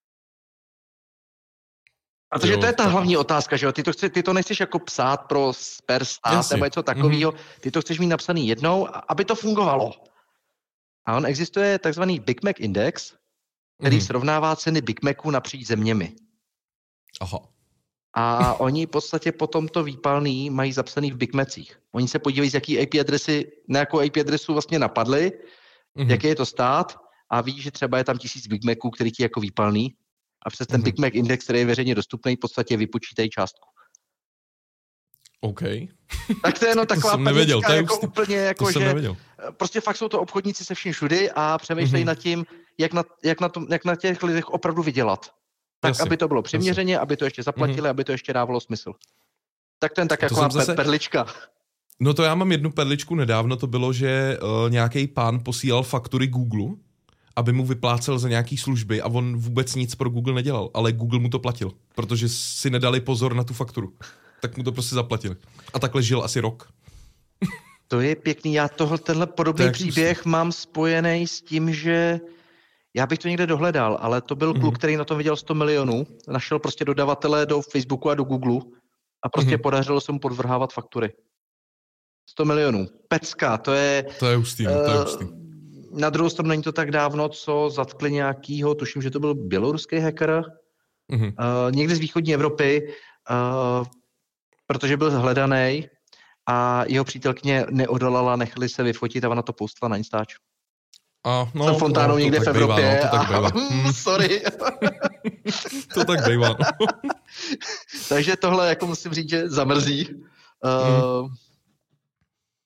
Protože jo, to je ta tak. hlavní otázka, že jo, ty to, chci, ty to nechceš jako psát pro per stát nebo něco takového, mm-hmm. ty to chceš mít napsaný jednou, aby to fungovalo. A on existuje takzvaný Big Mac Index, který mm-hmm. srovnává ceny Big Macu napříč zeměmi. Aha. A oni v podstatě potom to výpalný mají zapsaný v Big Macích. Oni se podívají, z jaký A P adresy, na jakou A P adresu vlastně napadly, mm-hmm. jaký je to stát a ví, že třeba je tam tisíc Big Maců, který ti jako výpalný a přes ten mm-hmm. Big Mac Index, který je veřejně dostupný, v podstatě vypočítají částku. OK. Tak to je jenom taková panická, jako úplně, jako že nevěděl. Prostě fakt jsou to obchodníci se vším všudy a přemýšlejí mm-hmm. nad tím, jak na, jak, na tom, jak na těch lidech opravdu vydělat. Tak, jasně, aby to bylo přiměřeně, jasně. aby to ještě zaplatili, mm-hmm. aby to ještě dávalo smysl. Tak to jen tak to jako zase... perlička. No to já mám jednu perličku nedávno, to bylo, že uh, nějaký pán posílal faktury Google, aby mu vyplácel za nějaký služby a on vůbec nic pro Google nedělal, ale Google mu to platil, protože si nedali pozor na tu fakturu. Tak mu to prostě zaplatili. A takhle žil asi rok. To je pěkný, já tohle, tenhle podobný to příběh musí. mám spojený s tím, že já bych to někde dohledal, ale to byl kluk, mm-hmm. který na tom viděl sto milionů, našel prostě dodavatele do Facebooku a do Google a prostě mm-hmm. podařilo se mu podvrhávat faktury. sto milionů. Pecka, to je... To je hustý, no, to je hustý. Uh, na druhou stranu není to tak dávno, co zatkli nějakýho, tuším, že to byl běloruský hacker, mm-hmm. uh, někde z východní Evropy, uh, protože byl hledaný a jeho přítelkyně neodolala, nechali se vyfotit a ona to postla na Instač. A, no, Jsem fontánou no, někde v Evropě. Bývá, no, to tak bývá. A, sorry. To tak bývá. No. Takže tohle, jako musím říct, že zamrzí. Uh, hmm.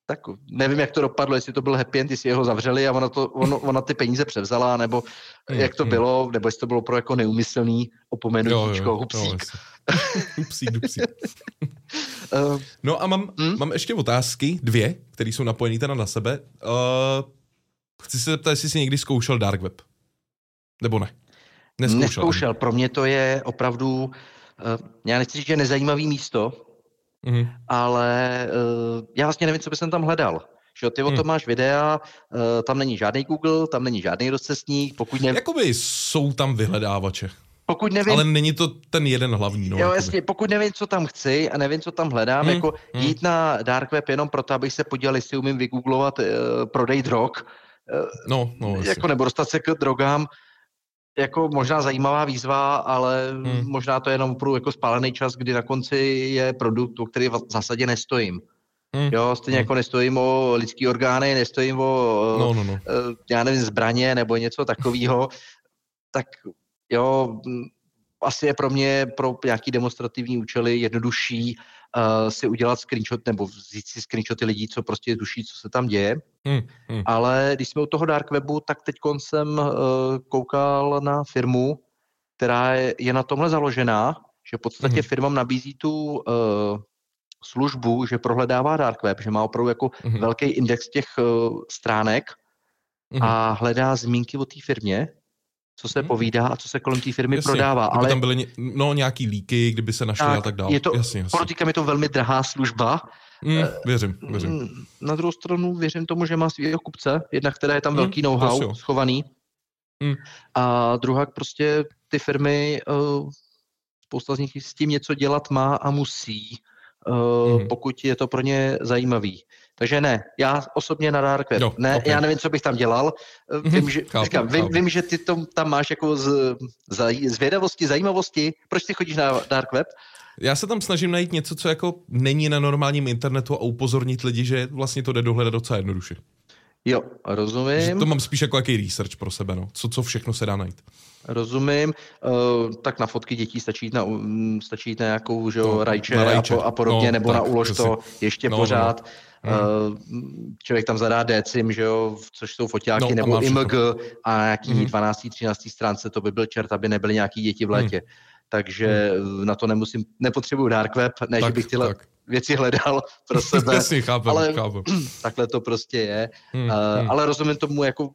tak nevím, jak to dopadlo, jestli to byl happy end, jestli ho zavřeli a ona, to, on, ona ty peníze převzala, nebo hmm, jak to hmm. bylo, nebo jestli to bylo pro jako neumyslný opomenutíčko, hupsík. Hupsík, dupsík. No a mám, hmm? mám ještě otázky, dvě, které jsou napojené teda na sebe. Uh, chci se zeptat, jestli jsi někdy zkoušel dark web. Nebo ne? Neskoušel. Neskoušel. Pro mě to je opravdu, uh, já nechci říct, že nezajímavý místo, mm. ale uh, já vlastně nevím, co bych tam hledal. Že ty o tom mm. máš videa, uh, tam není žádný Google, tam není žádný rozcestník, pokud nevím. Jakoby jsou tam vyhledávače. Pokud nevím, ale není to ten jeden hlavní. No, jo, jasně, pokud nevím, co tam chci a nevím, co tam hledám, hmm, jako hmm. jít na dark web jenom proto, abych se podíval, jestli umím vygooglovat uh, prodej drog, uh, no, no, jako nebo dostat se k drogám, jako možná zajímavá výzva, ale hmm. možná to je jenom pro jako spálený čas, kdy na konci je produkt, o který v zásadě nestojím. Hmm. Jo, stejně hmm. jako nestojím o lidský orgány, nestojím o no, no, no. Uh, já nevím, zbraně nebo něco takového, tak jo, asi je pro mě pro nějaký demonstrativní účely jednodušší uh, si udělat screenshot nebo vzít si screenshoty lidí, co prostě tuší, co se tam děje. Hmm, hmm. Ale když jsme u toho dark webu, tak teď jsem uh, koukal na firmu, která je, je na tomhle založená, že v podstatě hmm. firmám nabízí tu uh, službu, že prohledává dark web, že má opravdu jako hmm. velký index těch uh, stránek hmm. a hledá zmínky o té firmě, co se hmm. povídá a co se kolem té firmy jasně, prodává. Ale tam byly no, nějaký líky, kdyby se našly tak, a tak dále. Je to, jasně, jasně. Podotýkám, je to velmi drahá služba. Mm, věřím, věřím. Na druhou stranu věřím tomu, že má svého kupce, jednak která je tam mm, velký know-how schovaný. Mm. A druhá prostě ty firmy, uh, spousta z nich s tím něco dělat má a musí, uh, mm. pokud je to pro ně zajímavý. Takže ne, já osobně na dark web. No, ne, okay. Já nevím, co bych tam dělal. Vím, že, chápu, říkám, vím, vím, že ty to tam máš jako z, z zvědavosti, zajímavosti. Proč ty chodíš na dark web? Já se tam snažím najít něco, co jako není na normálním internetu a upozornit lidi, že vlastně to jde dohledat docela jednoduše. Jo, rozumím. Že to mám spíš jako jaký research pro sebe, no. Co, co všechno se dá najít. Rozumím. Uh, tak na fotky dětí stačí jít na, um, stačí jít na nějakou, že jo, rajče, rajče a, po, a podobně, no, nebo tak, na ulož to ještě no, pořád. No. Uh, člověk tam zadá décim, že jo, což jsou foťáky, no, nebo I M G a na nějaký mm. dvanácté třinácté stránce to by byl čert, aby nebyly nějaký děti v létě. Mm. Takže mm. na to nemusím, nepotřebuju dark web, ne, tak, že bych tyhle tak. věci hledal pro sebe. Jasně, chápem, ale chápem. takhle to prostě je. Mm. Uh, mm. Ale rozumím tomu, jako,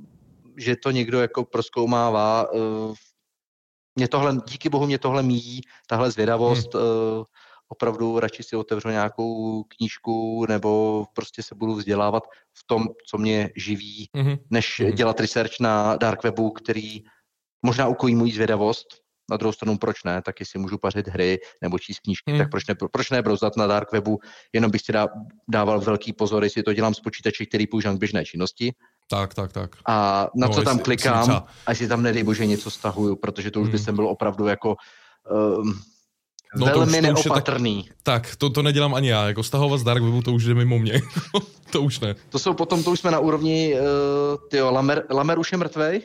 že to někdo jako prozkoumává. Uh, mě tohle, díky bohu mě tohle míjí, tahle zvědavost. Mm. Uh, opravdu radši si otevřu nějakou knížku nebo prostě se budu vzdělávat v tom, co mě živí, mm-hmm. než mm-hmm. dělat research na dark webu, který možná ukojí můj zvědavost. Na druhou stranu, proč ne? Taky si můžu pařit hry nebo číst knížky, mm. tak proč ne, proč ne brouzdat na dark webu? Jenom bych si dá, dával velký pozor, jestli to dělám z počítače, který používám k běžné činnosti. Tak, tak, tak. A na no, co tam jestli, klikám jestli a jestli tam nedej bože něco stahuju, protože to už mm. by jsem byl opravdu jako... Um, No, velmi to už, to neopatrný. Tak, tak, to, to nedělám ani já. Jako stahovat z dark webu, to už jde mimo mě. To už ne. To jsou potom, to už jsme na úrovni, uh, tyjo, Lamer, Lamer už je mrtvej?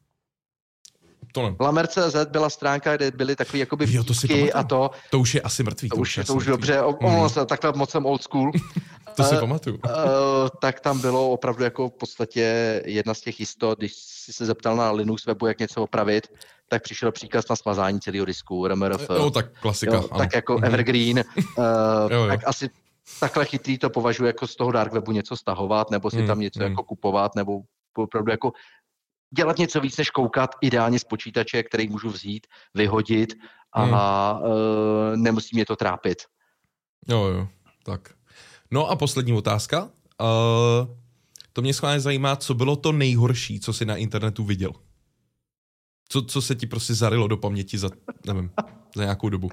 To ne. Lamer tečka cé zet byla stránka, kde byly takový jakoby vtípky a to. To už je asi mrtvý. To, to už je to už mrtvý. Dobře, omlouvám mm. se, takhle moc jsem old school. To si uh, pamatuju. uh, tak tam bylo opravdu jako v podstatě jedna z těch jistot, když jsi se zeptal na Linux webu, jak něco opravit, tak přišel příkaz na smazání celého disku, R M R F. Jo, tak klasika. Jo, tak jako evergreen. Uh, jo, jo. Tak asi takhle chytrý to považuji jako z toho dark webu něco stahovat, nebo si mm, tam něco mm. jako kupovat, nebo opravdu jako dělat něco víc, než koukat, ideálně z počítače, který můžu vzít, vyhodit a mm. uh, nemusí mě to trápit. Jo, jo, tak. No a poslední otázka. Uh, to mě schválně zajímá, co bylo to nejhorší, co jsi na internetu viděl. Co, co se ti prostě zarilo do paměti za, nevím, za nějakou dobu?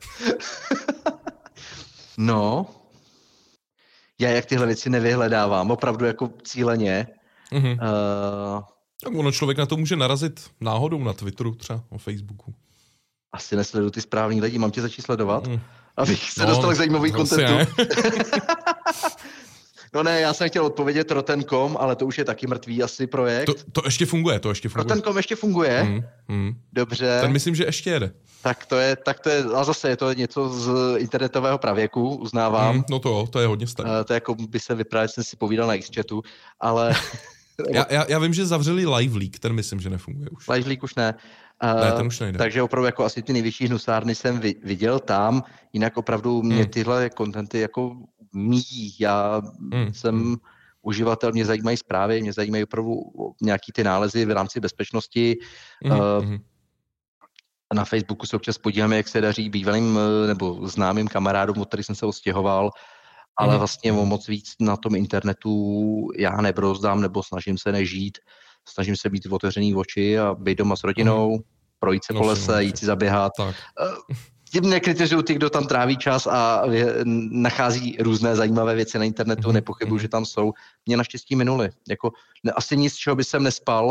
No, já jak tyhle věci nevyhledávám, opravdu jako cíleně. Mm-hmm. Uh, tak ono člověk na to může narazit náhodou na Twitteru, třeba na Facebooku. Asi nesleduju ty správný lidi, mám tě začít sledovat, mm. abych se no, dostal k zajímavým kontentu. No ne, já jsem chtěl odpovědět Rotten tečka com, ale to už je taky mrtvý asi projekt. To, to ještě funguje, to ještě funguje. Rotten tečka com ještě funguje? Mm, mm. Dobře. Ten myslím, že ještě jede. Tak to je, tak to je, a zase je to něco z internetového pravěku, uznávám. Mm, no to jo, to je hodně staré. Uh, to je jako by se vyprávět, jsem si povídal na X-chatu, ale... já, já, já vím, že zavřeli Live Leak, ten myslím, že nefunguje už. Live Leak už ne. Uh, ne, ten už nejde. Takže opravdu jako asi ty největší hnusárny jsem viděl tam, jinak opravdu mě mm. tyhle kontenty jako míjí. Já mm. jsem mm. uživatel, mě zajímají zprávy, mě zajímají opravdu nějaký ty nálezy v rámci bezpečnosti. mm. Uh, mm. Na Facebooku se občas podíváme, jak se daří bývalým nebo známým kamarádům, od kterých jsem se odstěhoval, ale mm. vlastně o moc víc na tom internetu já nebrozdám nebo snažím se nežít. Snažím se být otevřený oči a být doma s rodinou, mm. projít se no, po lese, jít si zaběhat. Tak. Tím nekritizuju ty, kdo tam tráví čas a nachází různé zajímavé věci na internetu, mm. nepochybuju, mm. že tam jsou. Mě naštěstí minuli. Jako, ne, asi nic, čeho by jsem nespal,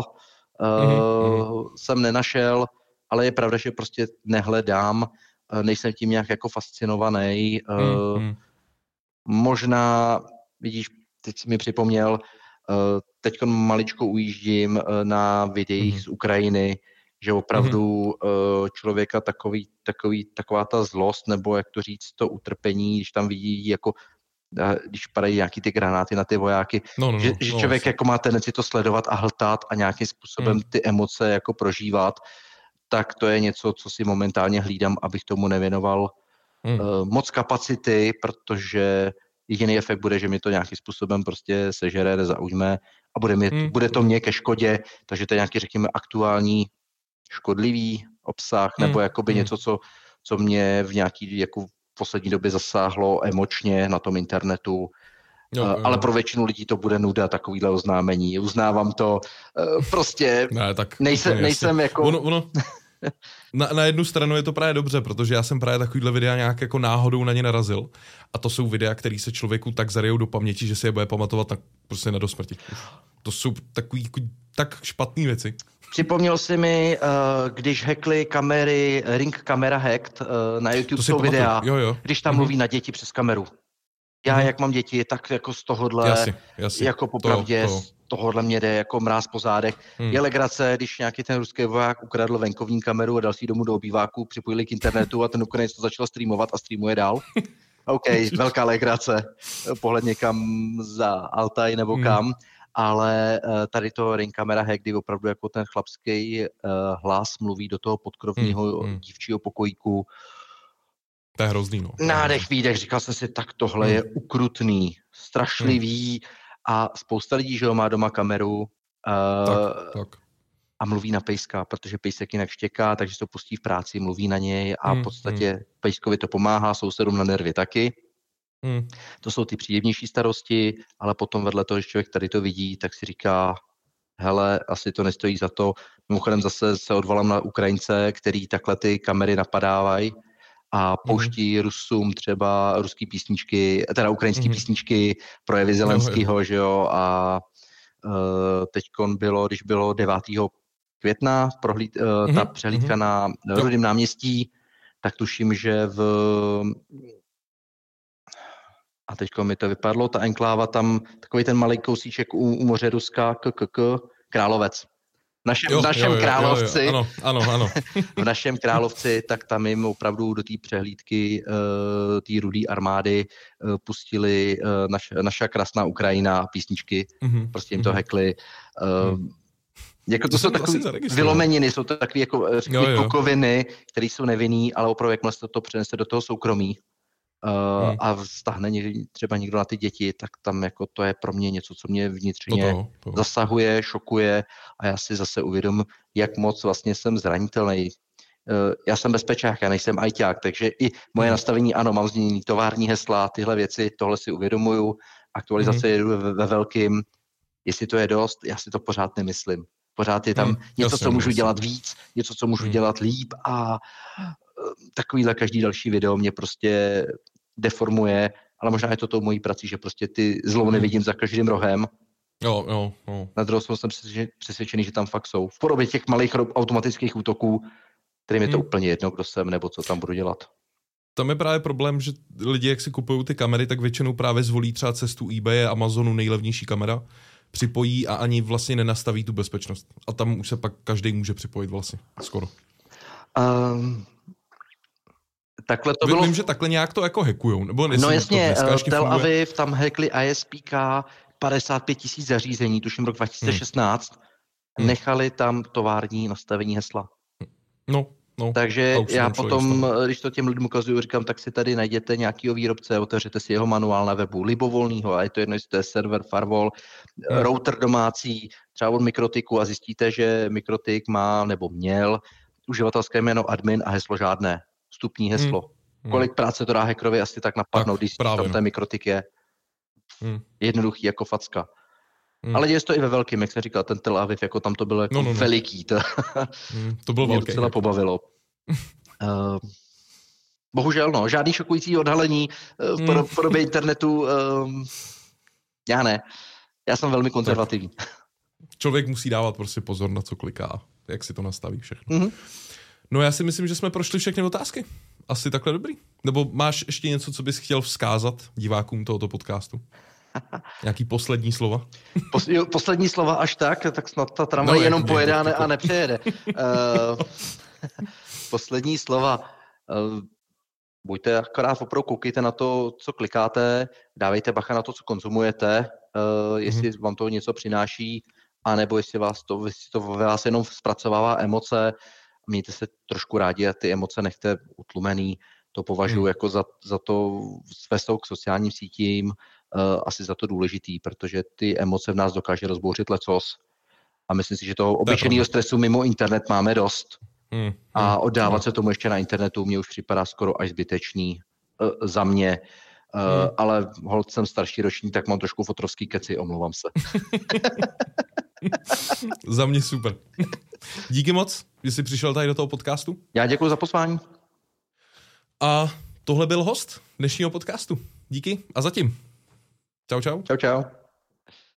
uh, mm. jsem nenašel, ale je pravda, že prostě nehledám, nejsem tím nějak jako fascinovaný. Uh, mm. Možná, vidíš, teď jsi mi připomněl, teď maličko ujíždím na videích mm. z Ukrajiny, že opravdu mm. člověka takový, takový, taková ta zlost, nebo jak to říct, to utrpení, když tam vidí, jako, když padají nějaký ty granáty na ty vojáky, no, no, že, no, že no, člověk no. jako má tendenci to sledovat a hltat a nějakým způsobem mm. ty emoce jako prožívat, tak to je něco, co si momentálně hlídám, abych tomu nevěnoval mm. uh, moc kapacity, protože jediný efekt bude, že mi to nějakým způsobem prostě sežere, nezaujme a bude, mě, mm. bude to mě ke škodě, takže to je nějaký, řekněme, aktuální škodlivý obsah, mm. nebo jakoby mm. něco, co, co mě v nějaký jako v poslední době zasáhlo emočně na tom internetu. Jo, jo. Ale pro většinu lidí to bude nuda, takovýhle oznámení. Uznávám to. Prostě ne, tak nejsem, nejsem jako... Ono, ono, na, na jednu stranu je to právě dobře, protože já jsem právě takovýhle videa nějak jako náhodou na ně narazil. A to jsou videa, které se člověku tak zarijou do paměti, že si je bude pamatovat tak prostě na dosmrti. To jsou takový jako, tak špatný věci. Připomněl si mi, když hackli kamery, Ring Camera Hacked, na YouTube jsou videa, jo, jo. když tam mm-hmm. mluví na děti přes kameru. Já, jak mám děti, tak jako z tohohle, jasně, jasně. jako popravdě, to, to. z tohohle mě jde jako mráz po zádech. Hmm. Je legrace, když nějaký ten ruský voják ukradl venkovní kameru a dal si domů do obýváku, připojili k internetu a ten nakonec to začal streamovat a streamuje dál. OK, velká legrace, pohled někam za Altaj nebo hmm. kam, ale tady to Ring Camera Hack, kdy opravdu jako ten chlapský uh, hlas mluví do toho podkrovního hmm. dívčího pokojíku. To je hrozný, no. Nádech, výdech, říkal jsem si, tak tohle hmm. je ukrutný, strašlivý hmm. a spousta lidí, že ho má doma kameru uh, tak, tak. a mluví na pejska, protože pejsek jinak štěká, takže se to pustí v práci, mluví na něj a hmm. v podstatě hmm. pejskovi to pomáhá, sousedům na nervy taky. Hmm. To jsou ty příjemnější starosti, ale potom vedle toho, že člověk tady to vidí, tak si říká, hele, asi to nestojí za to. Mimochodem zase se odvolám na Ukrajince, který takhle ty kamery napadávají a pouští mm. Rusům třeba ruský písničky, teda ukrajinský mm. písničky, projevy Zelenskýho, no, že jo, a uh, teďkon bylo, když bylo devátého května prohlíd, uh, mm. ta přehlídka mm. na Rudém náměstí, tak tuším, že v a teďko mi to vypadlo, ta enkláva tam, takový ten malý kousíček u, u moře Ruska, k, k, k, Královec. V našem, jo, v našem jo, jo, Královci, jo, jo. Ano, ano, ano. v našem Královci, tak tam jim opravdu do té přehlídky uh, té Rudé armády uh, pustili uh, naš, naša krásná Ukrajina písničky, mm-hmm. prostě jim to hackli. Uh, mm. Jako to, to jsou takové vylomeniny, jsou to takové jako řekněme klukoviny, které jsou nevinný, ale opravdu jakmile se to přenese do toho soukromí, Uh, hmm. a stáhne třeba někdo na ty děti, tak tam jako to je pro mě něco, co mě vnitřně to to, to. zasahuje, šokuje a já si zase uvědomím, jak moc vlastně jsem zranitelný. Uh, já jsem bezpečák, já nejsem ajťák, takže i moje hmm. nastavení, ano, mám změněný tovární hesla, tyhle věci, tohle si uvědomuju, aktualizace hmm. jedu ve, ve velkým, jestli to je dost, já si to pořád nemyslím. Pořád je tam hmm. něco, jasně, co můžu jasně. dělat víc, něco, co můžu hmm. dělat líp a takovýhle každý další video mě prostě deformuje, ale možná je to tou mojí prací, že prostě ty zlomy vidím za každým rohem. Jo, jo, jo. Na druhou stranu jsem přesvědčený, že tam fakt jsou. V podobě těch malých automatických útoků, kterým je to hmm. úplně jedno, kdo jsem nebo co tam budu dělat. Tam je právě problém, že lidi, jak si kupují ty kamery, tak většinou právě zvolí třeba cestu eBay, Amazonu, nejlevnější kamera, připojí a ani vlastně nenastaví tu bezpečnost. A tam už se pak každý může připojit vlastně, skoro. Um, takhle to bylo... Vím, že takhle nějak to jako hackujou. Nebo no jasně, to Tel Aviv, tam hackli I S P K padesát pět tisíc zařízení, tuším rok dva tisíce šestnáct, hmm. nechali tam tovární nastavení hesla. No, no. Takže já potom, dostal. Když to těm lidem ukazuju, říkám, tak si tady najděte nějakýho výrobce, otevřete si jeho manuál na webu, libovolnýho, a je to jedno, jestli to je server, firewall, hmm. router domácí, třeba od Mikrotiku, a zjistíte, že Mikrotik má nebo měl uživatelské jméno admin a heslo žádné. Vstupní heslo. Hmm. Kolik práce to dá hackerovi asi tak napadnout, tak, když právě, tam no. ten Mikrotik je. Hmm. Jednoduchý jako facka. Hmm. Ale děje to i ve velkým, jak jsem říkal, ten Tel Aviv, jako tam to bylo jako no, no, no. veliký. To, hmm, to bylo velké. Mě docela pobavilo. uh, bohužel, no, žádný šokující odhalení uh, v hmm. podobě internetu. Uh, já ne. Já jsem velmi konzervativní. Tak. Člověk musí dávat prostě pozor na co kliká, jak si to nastaví všechno. Hmm. No já si myslím, že jsme prošli všechny otázky. Asi takhle dobrý. Nebo máš ještě něco, co bys chtěl vzkázat divákům tohoto podcastu? Nějaký poslední slova? Pos, jo, poslední slova až tak, tak snad ta tramvaj no, jenom pojede a, ne, a nepřejede. uh, poslední slova. Uh, buďte akorát opravdu, koukejte na to, co klikáte, dávejte bacha na to, co konzumujete, uh, jestli mm-hmm. vám to něco přináší, anebo jestli vás to, jestli to ve vás jenom zpracovává emoce. Mějte se trošku rádi a ty emoce nechte utlumený. To považuji hmm. jako za, za to svestou k sociálním sítím uh, asi za to důležitý, protože ty emoce v nás dokáže rozbouřit lecos. A myslím si, že toho obyčejného stresu mimo internet máme dost. Hmm. A oddávat hmm. se tomu ještě na internetu mě už připadá skoro až zbytečný uh, za mě. Uh, hmm. Ale holt jsem starší ročník, tak mám trošku fotrovský keci, omlouvám se. Za mě super. Díky moc, že jsi přišel tady do toho podcastu. Já děkuji za pozvání. A tohle byl host dnešního podcastu. Díky a zatím. Čau, čau. Čau, čau.